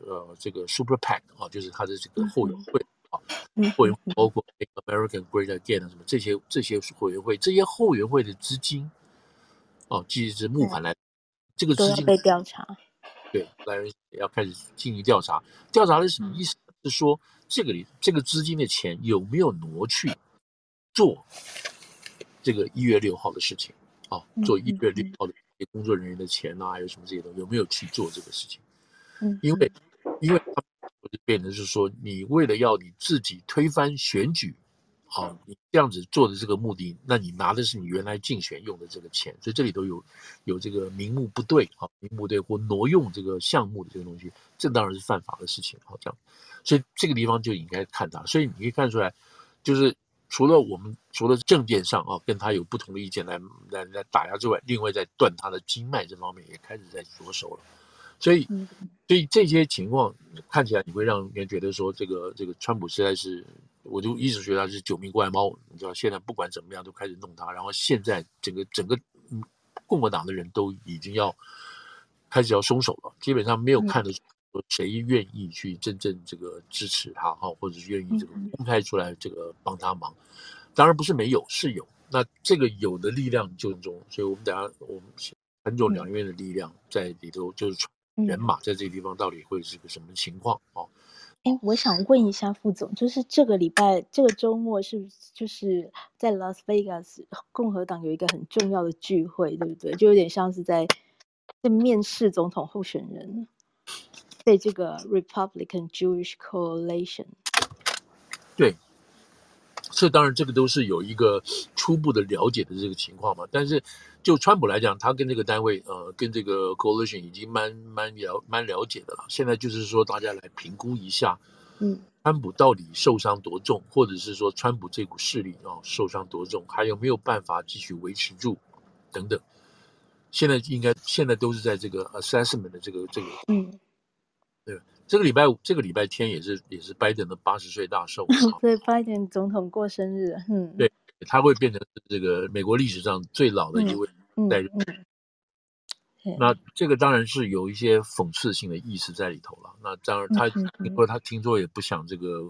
Super PAC 啊，就是他的这个后援会啊，后援会包括 American Great Again 什么这些后援会，这些后援会的资金哦，即是募款来，这个资金
都要被调查。
对，来人也要开始进行调查。调查是什么意思？是说这个资金的钱有没有挪去做这个1月6号的事情啊？做1月6号的工作人员的钱啊，还有什么这些东西有没有去做这个事情？因为他们就变成是说，你为了要你自己推翻选举。好，你这样子做的这个目的，那你拿的是你原来竞选用的这个钱，所以这里头有这个名目不对啊，名目不对或挪用这个项目的这个东西，这当然是犯法的事情。好，这样，所以这个地方就应该看他。所以你可以看出来，就是除了政见上啊跟他有不同的意见来打压之外，另外在断他的经脉这方面也开始在着手了。所以这些情况看起来，你会让人觉得说，这个川普实在是，我就一直觉得他是九命怪猫。你知道，现在不管怎么样都开始弄他，然后现在整个共和党的人都已经开始要松手了，基本上没有看得出谁愿意去真正这个支持他哈，或者是愿意这个公开出来这个帮他忙。当然不是没有，是有。那这个有的力量就中，所以我们等下我们很重两院的力量在里头，就是人马在这个地方到底会是个什么情况哦？
我想问一下副总，就是这个周末是不是就是在 Las Vegas 共和党有一个很重要的聚会，对不对？就有点像是在面试总统候选人，在这个 Republican Jewish Coalition。
对。这当然，这个都是有一个初步的了解的这个情况嘛。但是就川普来讲，他跟这个单位跟这个 coalition 已经蛮了解的了。现在就是说，大家来评估一下，川普到底受伤多重，或者是说川普这股势力受伤多重，还有没有办法继续维持住，等等。现在都是在这个 assessment 的这个对。这个礼拜天也是拜登的80岁大寿，
对，拜登总统过生日，
对，他会变成这个美国历史上最老的一位在任。那这个当然是有一些讽刺性的意思在里头了。那当然他听说也不想这个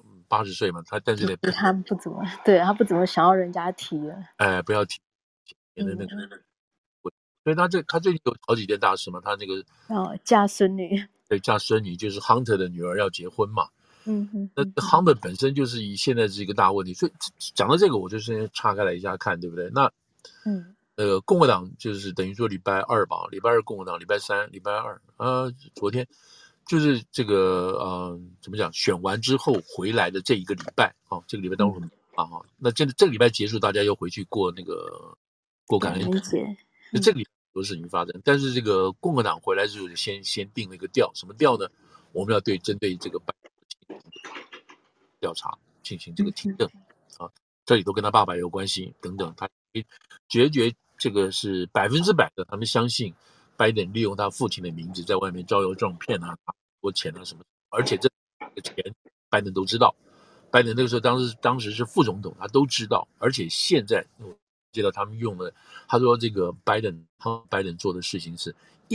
80岁嘛，但是
他不怎么想要人家提了，
不要提那个。所以他最近有好几件大事嘛，他那个
嫁孙女，
对，嫁孙女就是 Hunter 的女儿要结婚嘛。那 Hunter 本身就是现在是一个大问题，所以讲到这个，我就先岔开来一下看，对不对？那共和党就是等于说礼拜二吧，礼拜二共和党，礼拜三、礼拜二昨天就是这个怎么讲？选完之后回来的这一个礼拜这个礼拜当中那这个礼拜结束，大家又回去过感恩节。这个礼拜很多事情发生，但是这个共和党回来之后就先定了一个调，什么调呢？我们要针对这个调查进行这个听证这里头跟他爸爸有关系等等，他决这个是100%的，他们相信拜登利用他父亲的名字在外面招摇撞骗拿多钱什么，而且这个钱拜登都知道。拜登那个时候当时是副总统，他都知道，而且现在我记得他们用了，他说这个拜登做的事情是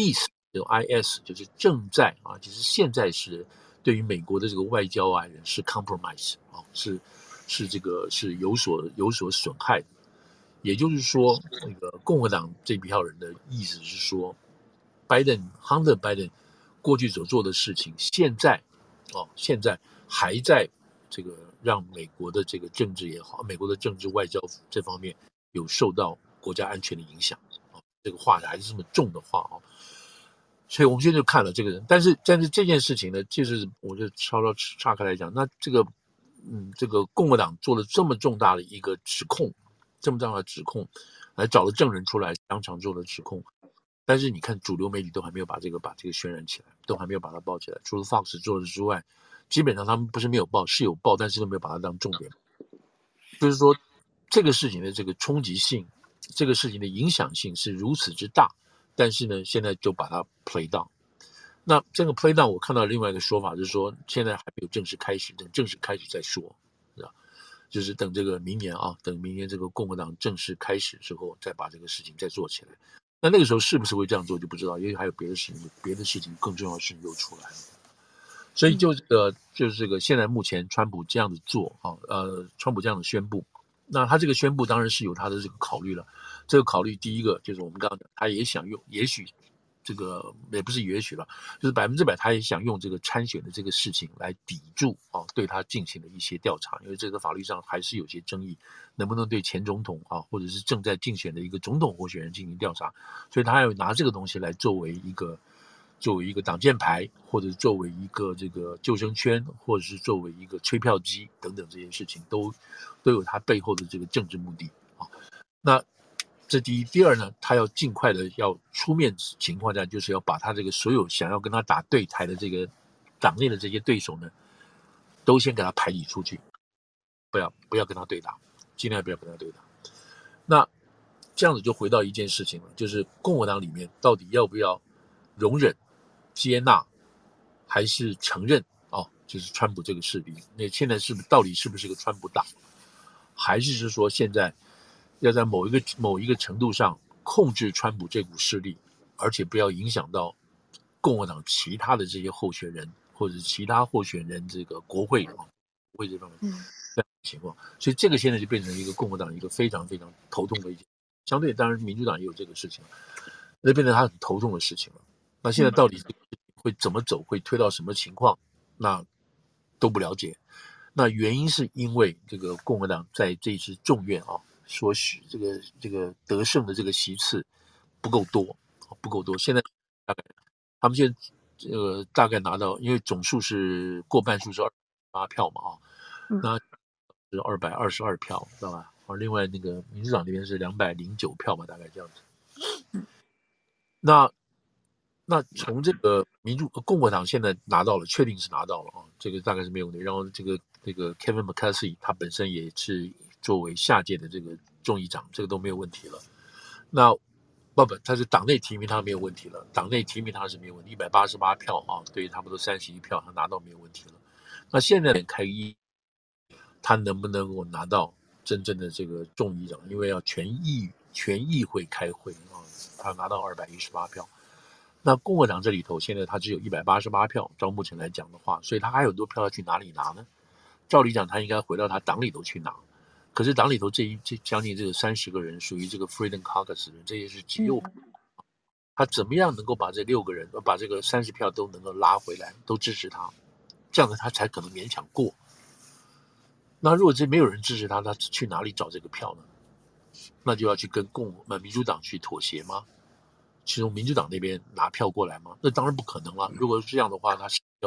IS 就是正在其实现在是对于美国的这个外交是 compromise 是这个是有所损害的。也就是说，那个共和党这批人的意思是说，Hunter Biden 过去所做的事情，现在还在这个让美国的这个政治也好，美国的政治外交这方面有受到国家安全的影响这个话还是这么重的话所以我们现在就看了这个人，但是这件事情呢，就是我就稍稍岔开来讲，那这个共和党做了这么重大的一个指控，来找了证人出来当场做了指控，但是你看主流媒体都还没有把这个渲染起来，都还没有把它报起来，除了 Fox 做的之外，基本上他们不是没有报，是有报，但是都没有把它当重点。就是说这个事情的这个冲击性，这个事情的影响性是如此之大， 但是呢，现在就把它 play down。那这个 play down 我看到另外一个说法是说，现在还没有正式开始，等正式开始再说，是吧？就是等这个明年啊，等明年这个共和党正式开始之后，再把这个事情再做起来。那个时候是不是会这样做就不知道，因为还有别的事情，更重要的事情又出来了。所以就是这个现在目前川普这样子做啊，川普这样的宣布，那他这个宣布当然是有他的这个考虑了。这个考虑第一个就是我们刚刚讲，他也想用，也许这个也不是也许了，就是100%他也想用这个参选的这个事情来抵住啊对他进行的一些调查，因为这个法律上还是有些争议，能不能对前总统啊或者是正在竞选的一个总统候选人进行调查，所以他要拿这个东西来作为一个挡箭牌，或者作为一个这个救生圈，或者是作为一个吹票机等等这些事情，都有它背后的这个政治目的啊。那这第一，第二呢，他要尽快的要出面情况下，就是要把他这个所有想要跟他打对台的这个党内的这些对手呢，都先给他排挤出去，不要跟他对打，尽量不要跟他对打。那这样子就回到一件事情了，就是共和党里面到底要不要容忍、接纳，还是承认就是川普这个势力？那现在到底是不是个川普党，还是说现在要在某一个程度上控制川普这股势力，而且不要影响到共和党其他的这些候选人，或者其他候选人这个国会这方面这样的情况。所以这个现在就变成一个共和党一个非常非常头痛的一件，相对当然民主党也有这个事情，那变成他很头痛的事情了。那现在到底会怎么走，会推到什么情况，那都不了解。那原因是因为这个共和党在这次众院所许这个得胜的这个席次不够多，现在大概他们现在大概拿到，因为总数是过半数是208票嘛那是222票，知道吧？另外那个民主党那边是209票嘛，大概这样子。那从这个共和党现在拿到了，确定是拿到了这个大概是没有问题。然后这个Kevin McCarthy 他本身也是作为下届的这个众议长，这个都没有问题了。那他是党内提名他没有问题了，党内提名他是没有问题，188票对，差不多31票他拿到没有问题了。那现在开议，他能不能够拿到真正的这个众议长？因为要全议会开会他拿到218票。那共和党这里头现在他只有188票，照目前来讲的话，所以他还有很多票要去哪里拿呢？照理讲他应该回到他党里头去拿，可是党里头这将近这个30个人属于这个 Freedom Caucus 的人，这些是极右派，他怎么样能够把这6个人把这个30票都能够拉回来，都支持他，这样子他才可能勉强过。那如果这没有人支持他，他去哪里找这个票呢？那就要去跟民主党去妥协吗？去从民主党那边拿票过来吗？那当然不可能了。如果是这样的话，他是要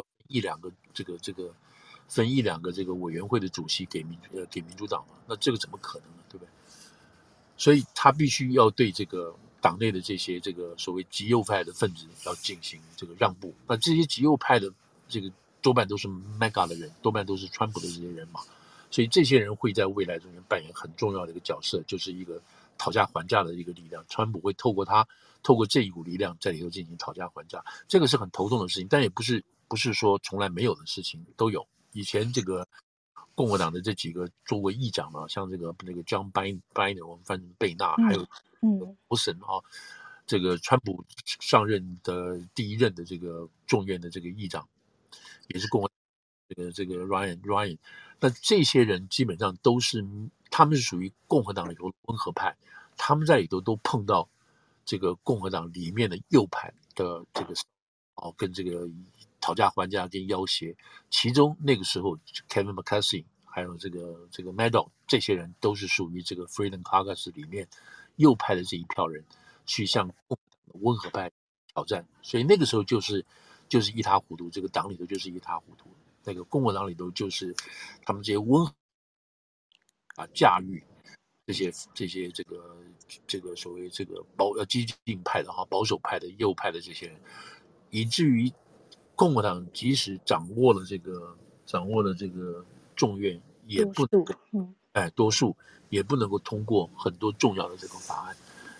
分一两个这个委员会的主席给民主党嘛？那这个怎么可能呢？对不对？所以他必须要对这个党内的这些这个所谓极右派的分子要进行这个让步。那这些极右派的这个多半都是 MAGA 的人，多半都是川普的这些人嘛。所以这些人会在未来中间扮演很重要的一个角色，就是一个讨价还价的一个力量。川普会透过这一股力量在里头进行讨价还价，这个是很头痛的事情，但也不是说从来没有的事情，都有。以前这个共和党的这几个作为议长像那个 John Boehner 我们翻成贝纳，还有Wilson这个川普上任的第一任的这个众院的这个议长，也是共和这个 Ryan， 那这些人基本上都是他们是属于共和党里头温和派，他们在里头都碰到这个共和党里面的右派的这个跟这个讨价还价跟要挟，其中那个时候 Kevin McCarthy 还有这个Maddow 这些人都是属于这个 Freedom Caucus 里面右派的这一票人去向共和党的温和派挑战，所以那个时候就是一塌糊涂，这个党里头就是一塌糊涂。那个共和党里头就是他们这些温和驾驭这些这个所谓这个激进派的保守派的右派的这些人，以至于共和党即使掌握了这个众院，也不能够多数也不能够通过很多重要的这个法案，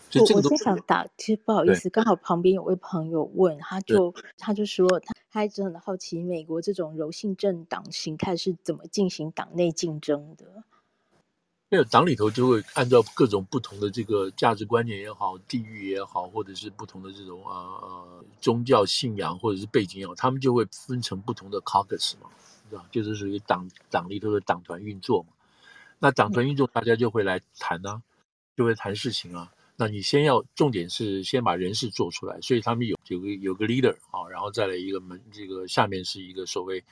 所以这个
我在想打，其实不好意思，刚好旁边有位朋友问，他就说他一直很好奇美国这种柔性政党形态是怎么进行党内竞争的。
因为党里头就会按照各种不同的这个价值观念也好，地域也好，或者是不同的这种宗教信仰或者是背景也好，他们就会分成不同的 caucus 嘛，对吧？就是属于党里头的党团运作嘛。那党团运作，大家就会来谈啊，就会谈事情啊。那你先要重点是先把人事做出来，所以他们有个 leader 啊，然后再来一个这个下面是一个所谓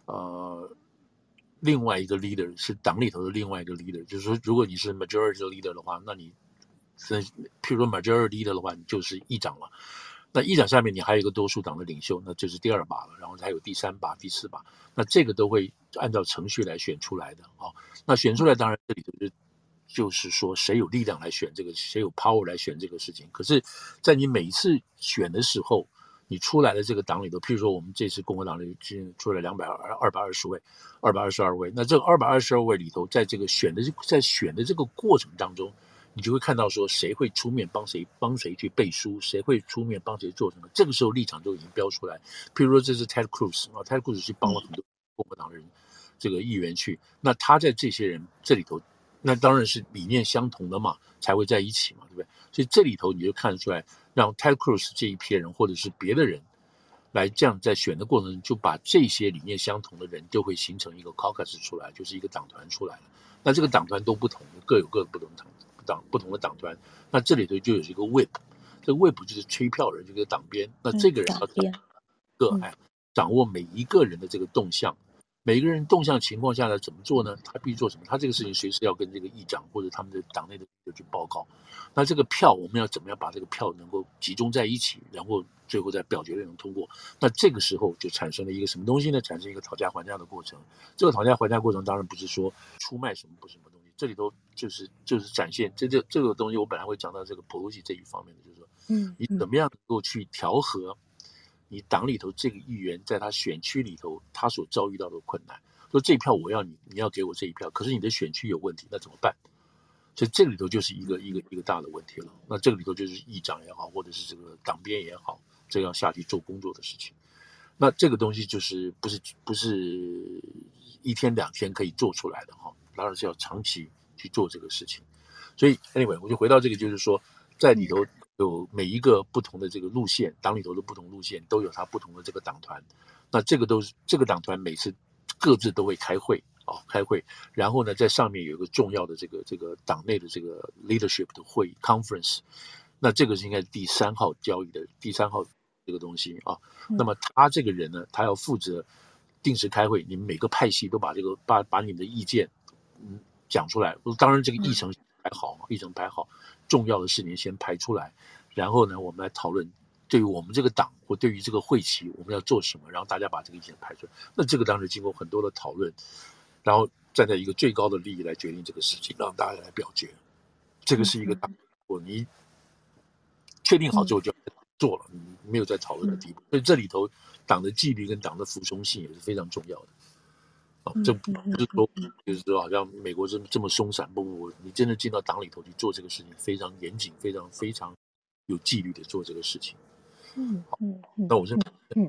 另外一个 leader 是党里头的另外一个 leader，就是说，如果你是 majority leader 的话，那你譬如说 majority leader 的话，你就是议长了。那议长下面你还有一个多数党的领袖，那就是第二把了，然后还有第三把、第四把，那这个都会按照程序来选出来的啊。那选出来，当然这里头就是说谁有力量来选这个，谁有 power 来选这个事情。可是，在你每一次选的时候，你出来的这个党里头，譬如说我们这次共和党里出来220位、222位，那这个222位里头，在这个选的这个过程当中，你就会看到说谁会出面帮谁去背书，谁会出面帮谁做什么，这个时候立场就已经标出来。譬如说这是 Ted Cruz 啊，Ted Cruz 去帮了很多共和党人这个议员去，那他在这些人这里头，那当然是理念相同的嘛，才会在一起嘛，对不对？所以这里头你就看得出来，让 Ted Cruz 这一批人或者是别的人来这样在选的过程中，就把这些理念相同的人就会形成一个 caucus 出来，就是一个党团出来了。那这个党团都不同，各有各不同不同的党团。那这里头就有一个 whip， 这个 whip 就是吹票人，就是党鞭。那这个人要掌握每一个人的这个动向。每个人动向情况下呢，怎么做呢？他必须做什么？他这个事情随时要跟这个议长或者他们的党内的去报告。那这个票我们要怎么样把这个票能够集中在一起，然后最后在表决能通过？那这个时候就产生了一个什么东西呢？产生一个讨价还价的过程。这个讨价还价过程当然不是说出卖什么不什么东西，这里头就是展现这个东西。我本来会讲到这个 Pelosi 这一方面的，就是说，你怎么样能够去调和你党里头这个议员在他选区里头他所遭遇到的困难，说这一票我要你要给我这一票，可是你的选区有问题，那怎么办？所以这个里头就是一个大的问题了。那这个里头就是议长也好，或者是这个党鞭也好，这要下去做工作的事情。那这个东西就是不是一天两天可以做出来的哈，当然是要长期去做这个事情。所以 anyway， 我就回到这个，就是说在里头有每一个不同的这个路线，党里头的不同路线都有它不同的这个党团。那这个都是这个党团每次各自都会开会啊，开会，然后呢，在上面有一个重要的这个党内的这个 leadership 的会议 conference。那这个是应该是第3号交易的第3号这个东西啊。那么他这个人呢，他要负责定时开会，你们每个派系都把这个把你们的意见讲出来。当然这个议程排好，议程排好，重要的事情先排出来，然后呢，我们来讨论对于我们这个党或对于这个会期我们要做什么，然后大家把这个意见排出来。那这个当然经过很多的讨论，然后站在一个最高的利益来决定这个事情，让大家来表决。这个是一个党，你确定好之后就要做了，没有在讨论的地步。所以这里头党的纪律跟党的服从性也是非常重要的。这不是说就是说好像美国这么松散，不，你真的进到党里头去做这个事情，非常严谨，非常有纪律的做这个事情。那我认为，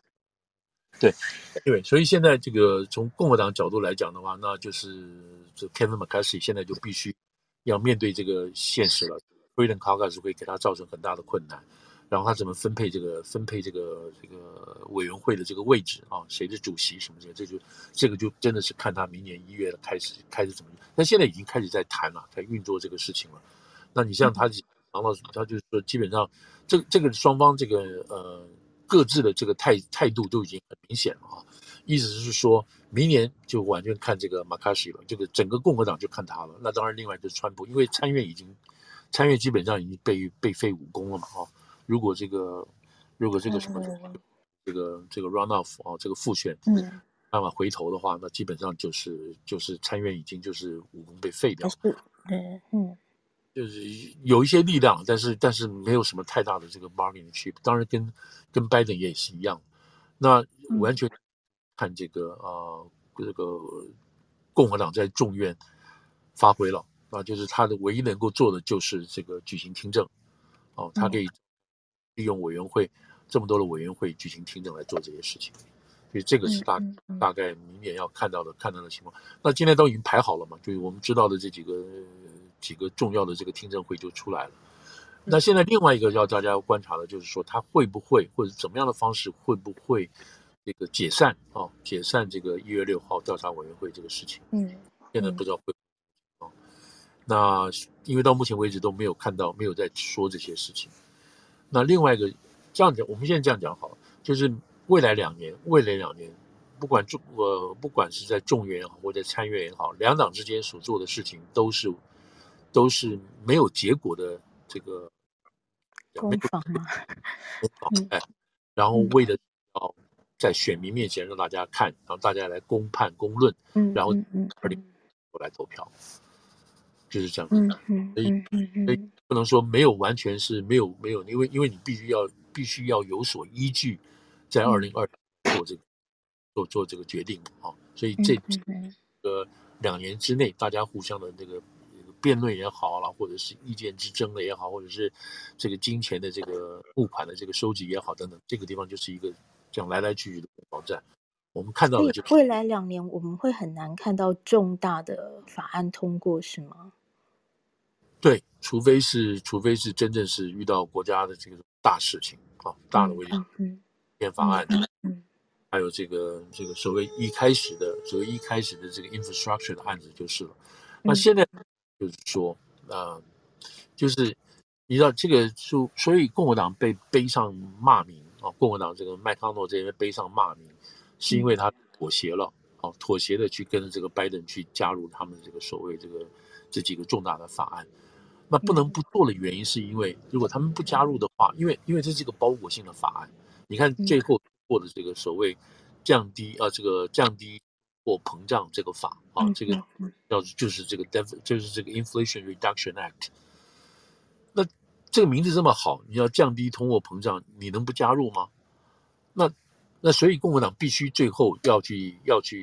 对，所以现在这个从共和党角度来讲的话，那就是这 Kevin McCarthy 现在就必须要面对这个现实了。Freedom Caucus 会给他造成很大的困难，然后他怎么分配这个委员会的这个位置啊？谁是主席什么的，这个就真的是看他明年1月开始怎么。但现在已经开始在谈了，在运作这个事情了。那你像他讲到，他就是说，基本上这个双方这个各自的这个态度都已经很明显了啊。意思是说明年就完全看这个马卡锡了，这个整个共和党就看他了。那当然，另外就是川普，因为参院基本上已经被废武功了嘛啊。如果这个什么这个 run off 啊，这个复选办法回头的话，那基本上就是参院已经就是武功被废掉了。就是有一些力量，但是没有什么太大的这个 bargaining chip。当然跟拜登也是一样。那完全看这个共和党在众院发挥了啊，就是他的唯一能够做的就是这个举行听证，哦，他可以利用委员会这么多的委员会举行听证来做这些事情，所以这个是大概明年要看到的情况。那今天都已经排好了嘛，就是我们知道的这几个重要的这个听证会就出来了。那现在另外一个要大家要观察的就是说，他会不会或者怎么样的方式会不会这个解散这个1月6号调查委员会这个事情。现在不知道会那因为到目前为止都没有看到，没有在说这些事情。那另外一个这样讲，我们现在这样讲好了，就是未来两年，不管是在众院也好，或者参院也好，两党之间所做的事情都是没有结果的这个
攻防吗？
然后为了要在选民面前让大家看，让大家来公判公论，然后来投票，就是这样子。所以不能说没有，完全是没有，因为你必须要有所依据，在2020做这个决定啊。所以这2年之内，大家互相的这个辩论也好了，或者是意见之争的也好，或者是这个金钱的这个募款的这个收集也好等等，这个地方就是一个这样来来去去的挑战。我们看到的
未来2年我们会很难看到重大的法案通过，是吗？
对，除非是真正是遇到国家的这个大事情啊，大的危机宪法案，还有这个所谓一开始的这个 infrastructure 的案子就是了。那现在就是说就是你知道这个所以共和党被背上骂名啊，共和党这个麦康诺这边背上骂名，是因为他妥协了妥协的去跟着这个拜登去加入他们这个所谓这几个重大的法案。那不能不做的原因是因为如果他们不加入的话，因为这是一个包裹性的法案，你看最后过的这个所谓降低或膨胀这个法这个就是这个 Inflation Reduction Act。那这个名字这么好，你要降低通货膨胀，你能不加入吗？那所以共和党必须最后要去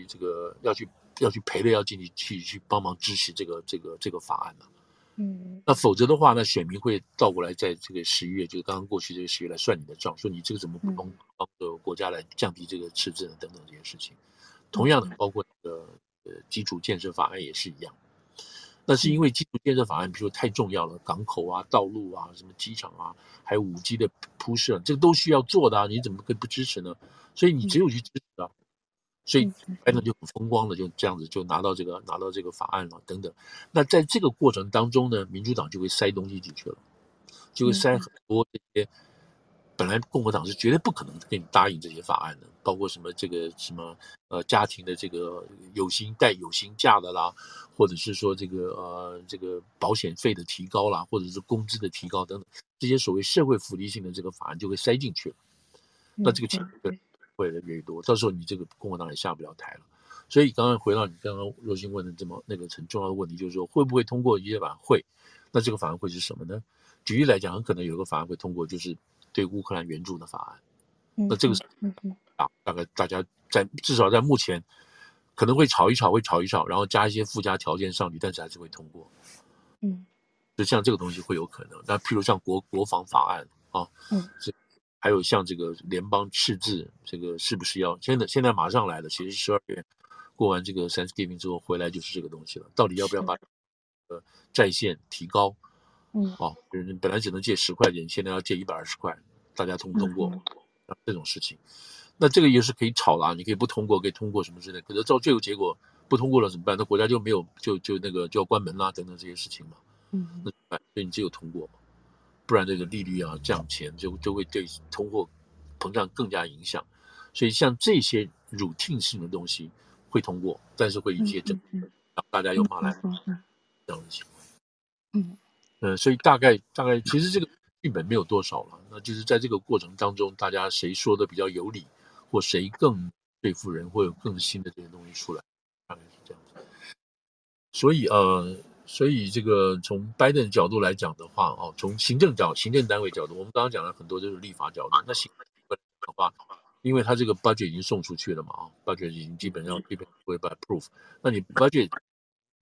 赔的，要进去帮忙支持这个法案了。那否则的话，那选民会倒过来在这个11月，就是刚刚过去这个10月来算你的账，说你这个怎么不帮助国家来降低这个赤字等等这些事情。同样的，包括这个基础建设法案也是一样。那是因为基础建设法案，比如说太重要了，港口啊、道路啊、什么机场啊，还有5G 的铺设，这个都需要做的你怎么可以不支持呢？所以你只有去支持啊。所以拜登就很风光的就这样子就拿到这个法案了等等。那在这个过程当中呢，民主党就会塞东西进去了，就会塞很多这些本来共和党是绝对不可能给你答应这些法案的，包括什么这个什么家庭的这个有薪假的啦，或者是说这个保险费的提高啦，或者是工资的提高等等，这些所谓社会福利性的这个法案就会塞进去了。那这个钱会越来越多，到时候你这个共和党也下不了台了。所以刚刚回到你刚刚若星问的这么那个很重要的问题，就是说会不会通过一些法案？会。那这个法案会是什么呢？举例来讲，很可能有一个法案会通过，就是对乌克兰援助的法案。那这个大概大家至少在目前可能会吵一吵，然后加一些附加条件上去，但是还是会通过。就像这个东西会有可能。那譬如像国防法案还有像这个联邦赤字，这个是不是要现在马上来了？其实12月过完这个 Thanksgiving 之后回来就是这个东西了。到底要不要把在线提高？本来只能借10块钱，现在要借120块，大家通不通过？这种事情，那这个也是可以吵啦。你可以不通过，可以通过什么之类。可是到最后结果不通过了怎么办？那国家就没有就要关门啦，等等这些事情嘛。那所以你只有通过嘛。不然这个利率降钱就会对通货膨胀更加影响。所以像这些 routine 性的东西会通过，但是会一些争让大家又骂来这样的情况。所以大概其实这个剧本没有多少了，那就是在这个过程当中，大家谁说的比较有理，或谁更说服人，会有更新的这些东西出来，大概是这样子。所以这个从拜登角度来讲的话，从行政单位角度，我们刚刚讲了很多就是立法角度。那行政的话，因为他这个 budget 已经送出去了嘛，budget 已经基本上会被 approve。那你 budget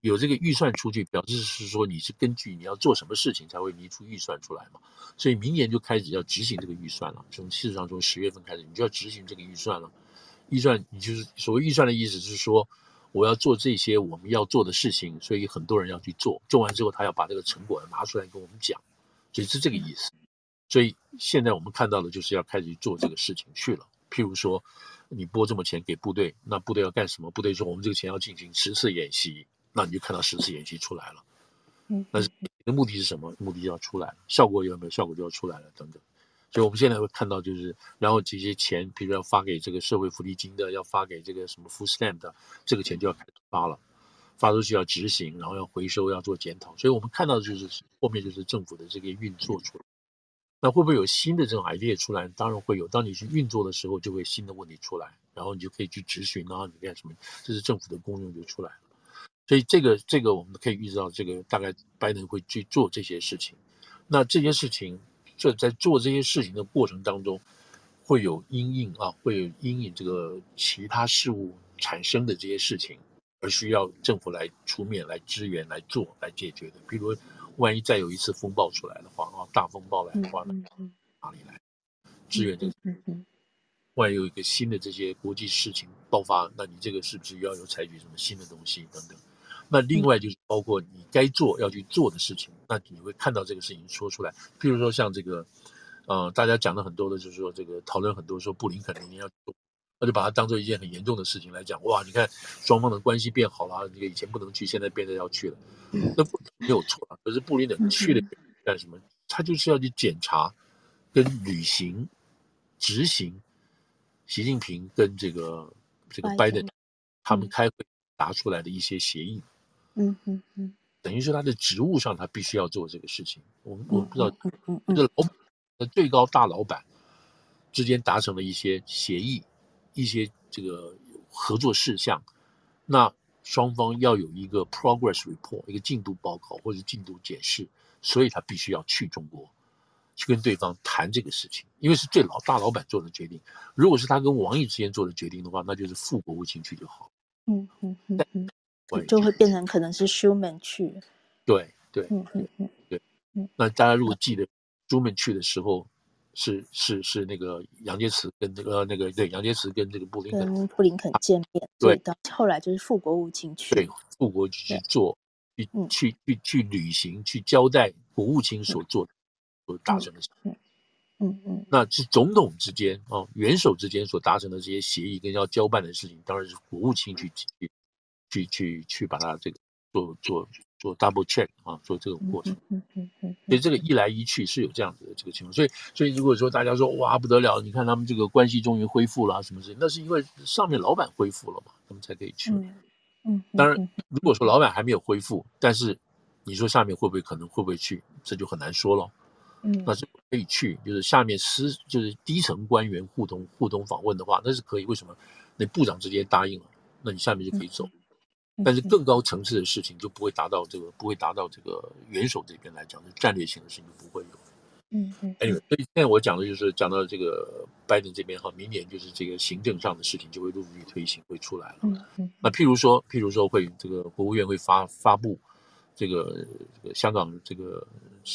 有这个预算出去，表示是说你是根据你要做什么事情才会拟出预算出来嘛。所以明年就开始要执行这个预算了。事实上从10月份开始，你就要执行这个预算了。预算，你就是所谓预算的意思是说，我要做这些我们要做的事情，所以很多人要去做，做完之后他要把这个成果拿出来跟我们讲，所以是这个意思。所以现在我们看到的就是要开始做这个事情去了。譬如说，你拨这么钱给部队，那部队要干什么？部队说我们这个钱要进行10次演习，那你就看到10次演习出来了。但是你的目的是什么？目的就要出来了，效果有没有？效果就要出来了，等等。所以我们现在会看到，就是然后这些钱，比如要发给这个社会福利金的，要发给这个什么 food stamp 的，这个钱就要开始发了，发出去要执行，然后要回收，要做检讨。所以我们看到的就是后面就是政府的这个运作出来。那会不会有新的这种 idea 出来？当然会有。当你去运作的时候，就会新的问题出来，然后你就可以去质询啊，你干什么？这是政府的功用就出来了。所以这个我们可以预知到，这个大概拜登会去做这些事情。那这些事情，在做这些事情的过程当中，会有因应啊，会有因应这个其他事物产生的这些事情，而需要政府来出面来支援、来做、来解决的。比如，万一再有一次风暴出来的话啊，大风暴来的话，哪里来支援这个？万一有一个新的这些国际事情爆发，那你这个是不是要有采取什么新的东西等等？那另外就是包括你该做要去做的事情，那你会看到这个事情说出来。譬如说像这个，大家讲的很多的就是说这个讨论很多说布林肯明年要做，那就把它当做一件很严重的事情来讲。哇，你看双方的关系变好了，这个以前不能去，现在变得要去了，那没有错啊。可是布林肯去了干什么？他就是要去检查跟履行、执行习近平跟这个拜登他们开会达出来的一些协议。等于是他的职务上他必须要做这个事情。我不知道，这老板的最高大老板之间达成了一些协议，一些这个合作事项，那双方要有一个 progress report， 一个进度报告或者进度检视，所以他必须要去中国，去跟对方谈这个事情，因为是大老板做的决定。如果是他跟王毅之间做的决定的话，那就是副国务卿去就好。
就会变成可能是 Schuman 去。
对。那大家如果记得Schuman去的时候，是那个杨洁篪跟杨洁篪跟这个布林肯
见面，对，到后来就是副国务卿去，
对，副国去做，去履行，去交代国务卿所做的所达成的事情。那是总统之间元首之间所达成的这些协议跟要交办的事情，当然是国务卿去把它这个做 double check 做这个过程。所以这个一来一去是有这样子的这个情况。所以如果说大家说哇不得了，你看他们这个关系终于恢复了什么事情，那是因为上面老板恢复了嘛，他们才可以去。当然如果说老板还没有恢复，但是你说下面会不会去，这就很难说了。那是可以去，就是下面就是低层官员互通访问的话，那是可以。为什么？那部长直接答应了，那你下面就可以走。但是更高层次的事情就不会达到这个元首这边来讲，就战略性的事情就不会有。Anyway，所以现在我讲的就是讲到这个拜登这边明年就是这个行政上的事情就会陆续推行会出来了。那譬如说会这个国务院会发布这个香港的这个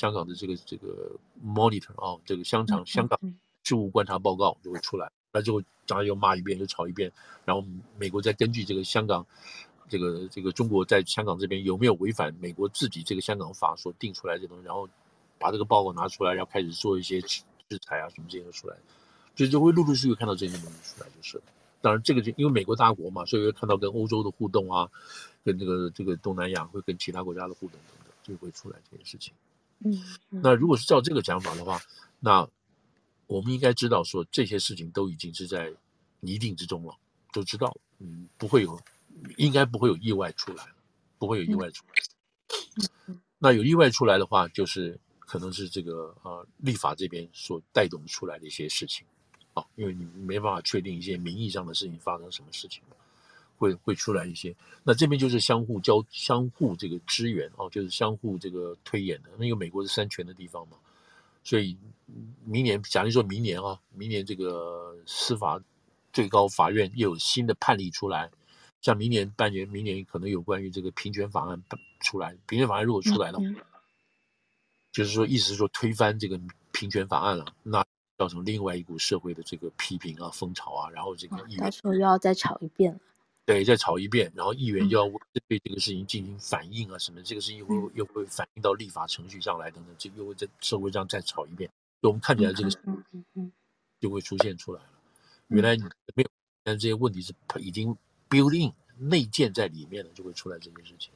monitor 这个香港事务观察报告就会出来，那就大家又骂一遍又吵一遍，然后美国再根据这个香港这个中国在香港这边有没有违反美国自己这个香港法所定出来的东西，然后把这个报告拿出来，然后开始做一些制裁啊什么这些出来，就会陆陆续续看到这些东西出来就是了。当然这个就因为美国大国嘛，所以会看到跟欧洲的互动啊，跟这个东南亚会跟其他国家的互动等等，就会出来这些事情。那如果是照这个讲法的话，那我们应该知道说这些事情都已经是在拟定之中了，都知道了，应该不会有意外出来，不会有意外出来。那有意外出来的话，就是可能是这个立法这边所带动出来的一些事情因为你没办法确定一些名义上的事情发生什么事情会出来一些。那这边就是相互这个支援就是相互这个推演的。因为美国是三权的地方嘛，所以明年假如说明年这个司法最高法院又有新的判例出来， 像明年半年，明年可能有关于这个平权法案出来，平权法案如果出来的话，就是说意思是说推翻这个平权法案了，那造成另外一股社会的这个批评啊、风潮啊，然后这个议员
到时候又要再吵一遍了。
对，再吵一遍，然后议员就要对这个事情进行反应啊，什么这个事情又会反映到立法程序上来等等，这又会在社会上再吵一遍。所以我们看起来这个就会出现出来了。原来你没有，但这些问题是已经 build in 内建在里面了，就会出来这些事情。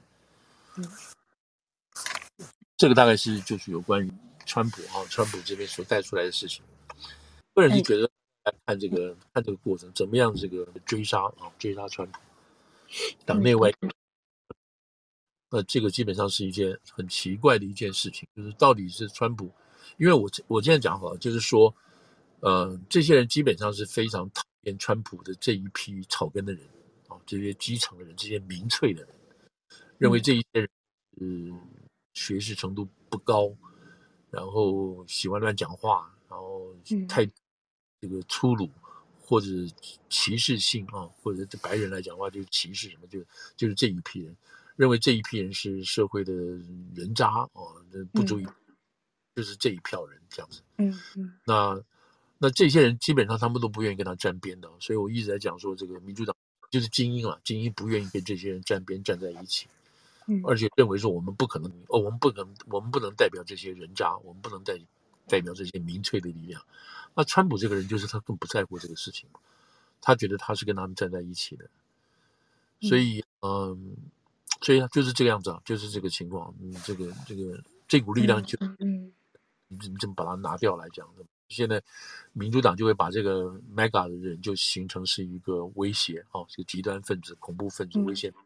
这个大概是就是有关于川普这边所带出来的事情。个人是觉得看这个过程怎么样，这个追杀川普，党内外。这个基本上是一件很奇怪的一件事情，就是到底是川普，因为我现在讲好了，就是说，这些人基本上是非常讨厌川普的这一批草根的人啊，这些基层的人，这些民粹的人，认为这一些人学识程度不高，然后喜欢乱讲话，然后太这个粗鲁或者歧视性啊，或者对白人来讲的话就是歧视什么，就是这一批人。认为这一批人是社会的人渣不足以，就是这一票人这样子。那这些人基本上他们都不愿意跟他沾边的，所以我一直在讲说，这个民主党就是精英啊，精英不愿意跟这些人沾边站在一起，而且认为说我们不能代表这些人渣，我们不能代表这些民粹的力量。那川普这个人就是他更不在乎这个事情，他觉得他是跟他们站在一起的，所以就是这个样子啊，就是这个情况。这股力量就你怎么把它拿掉来讲的？现在民主党就会把这个 mega 的人就形成是一个威胁这个极端分子、恐怖分子威胁。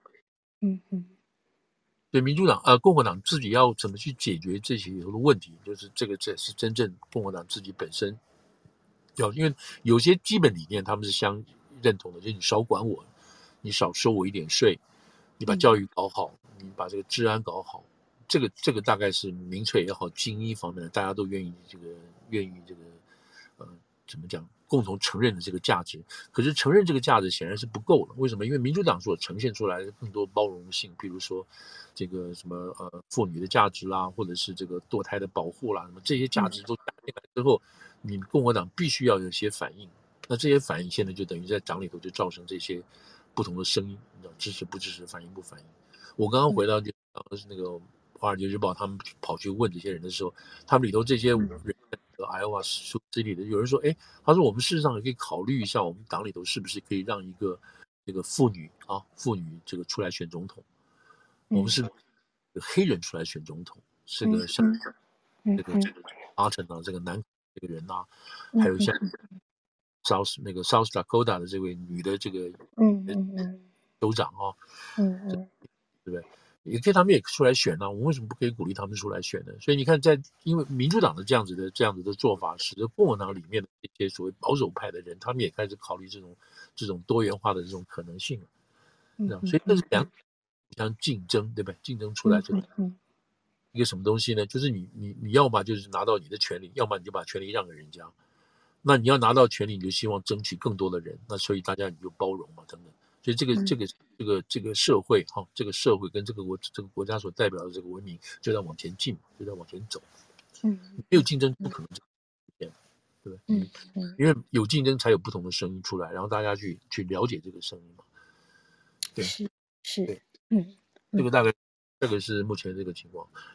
对民主党共和党自己要怎么去解决这些的问题，就是这是真正共和党自己本身因为有些基本理念他们是相认同的，就是你少管我，你少收我一点税，你把教育搞好，你把这个治安搞好，这个大概是民粹也好，精英方面的大家都愿意怎么讲，共同承认的这个价值。可是承认这个价值显然是不够的，为什么？因为民主党所呈现出来的更多包容性，比如说这个什么妇女的价值啦，或者是这个堕胎的保护啦，什么这些价值都加进来之后，你共和党必须要有些反应。那这些反应现在就等于在党里头就造成这些不同的声音，你知道支持不支持，反应不反应。我刚刚回到是那个《华尔街日报》，他们跑去问这些人的时候，他们里头这些人Iowa 州里的有人说，他说我们事实上也可以考虑一下，我们党里头是不是可以让一个这个妇女这个出来选总统，我们是黑人出来选总统，是个像这个阿城这个南这个人还有像South Dakota 的这位女的这个州长对不对？他们也出来选我们为什么不可以鼓励他们出来选呢？所以你看，因为民主党的这样子的做法，使得共和党里面的这些所谓保守派的人，他们也开始考虑这种多元化的这种可能性了。所以这是两互相竞争，对不对？竞争出来一个什么东西呢？就是你要么就是拿到你的权利，要么你就把权利让给人家。那你要拿到权利，你就希望争取更多的人，那所以大家你就包容嘛，等等。所以这个社会这个社会跟这个国家所代表的这个文明就在往前进，就在往前走。没有竞争不可能这样，对不对？因为有竞争才有不同的声音出来，然后大家去了解这个声音嘛。对，
是，
对，这个大概这个是目前这个情况。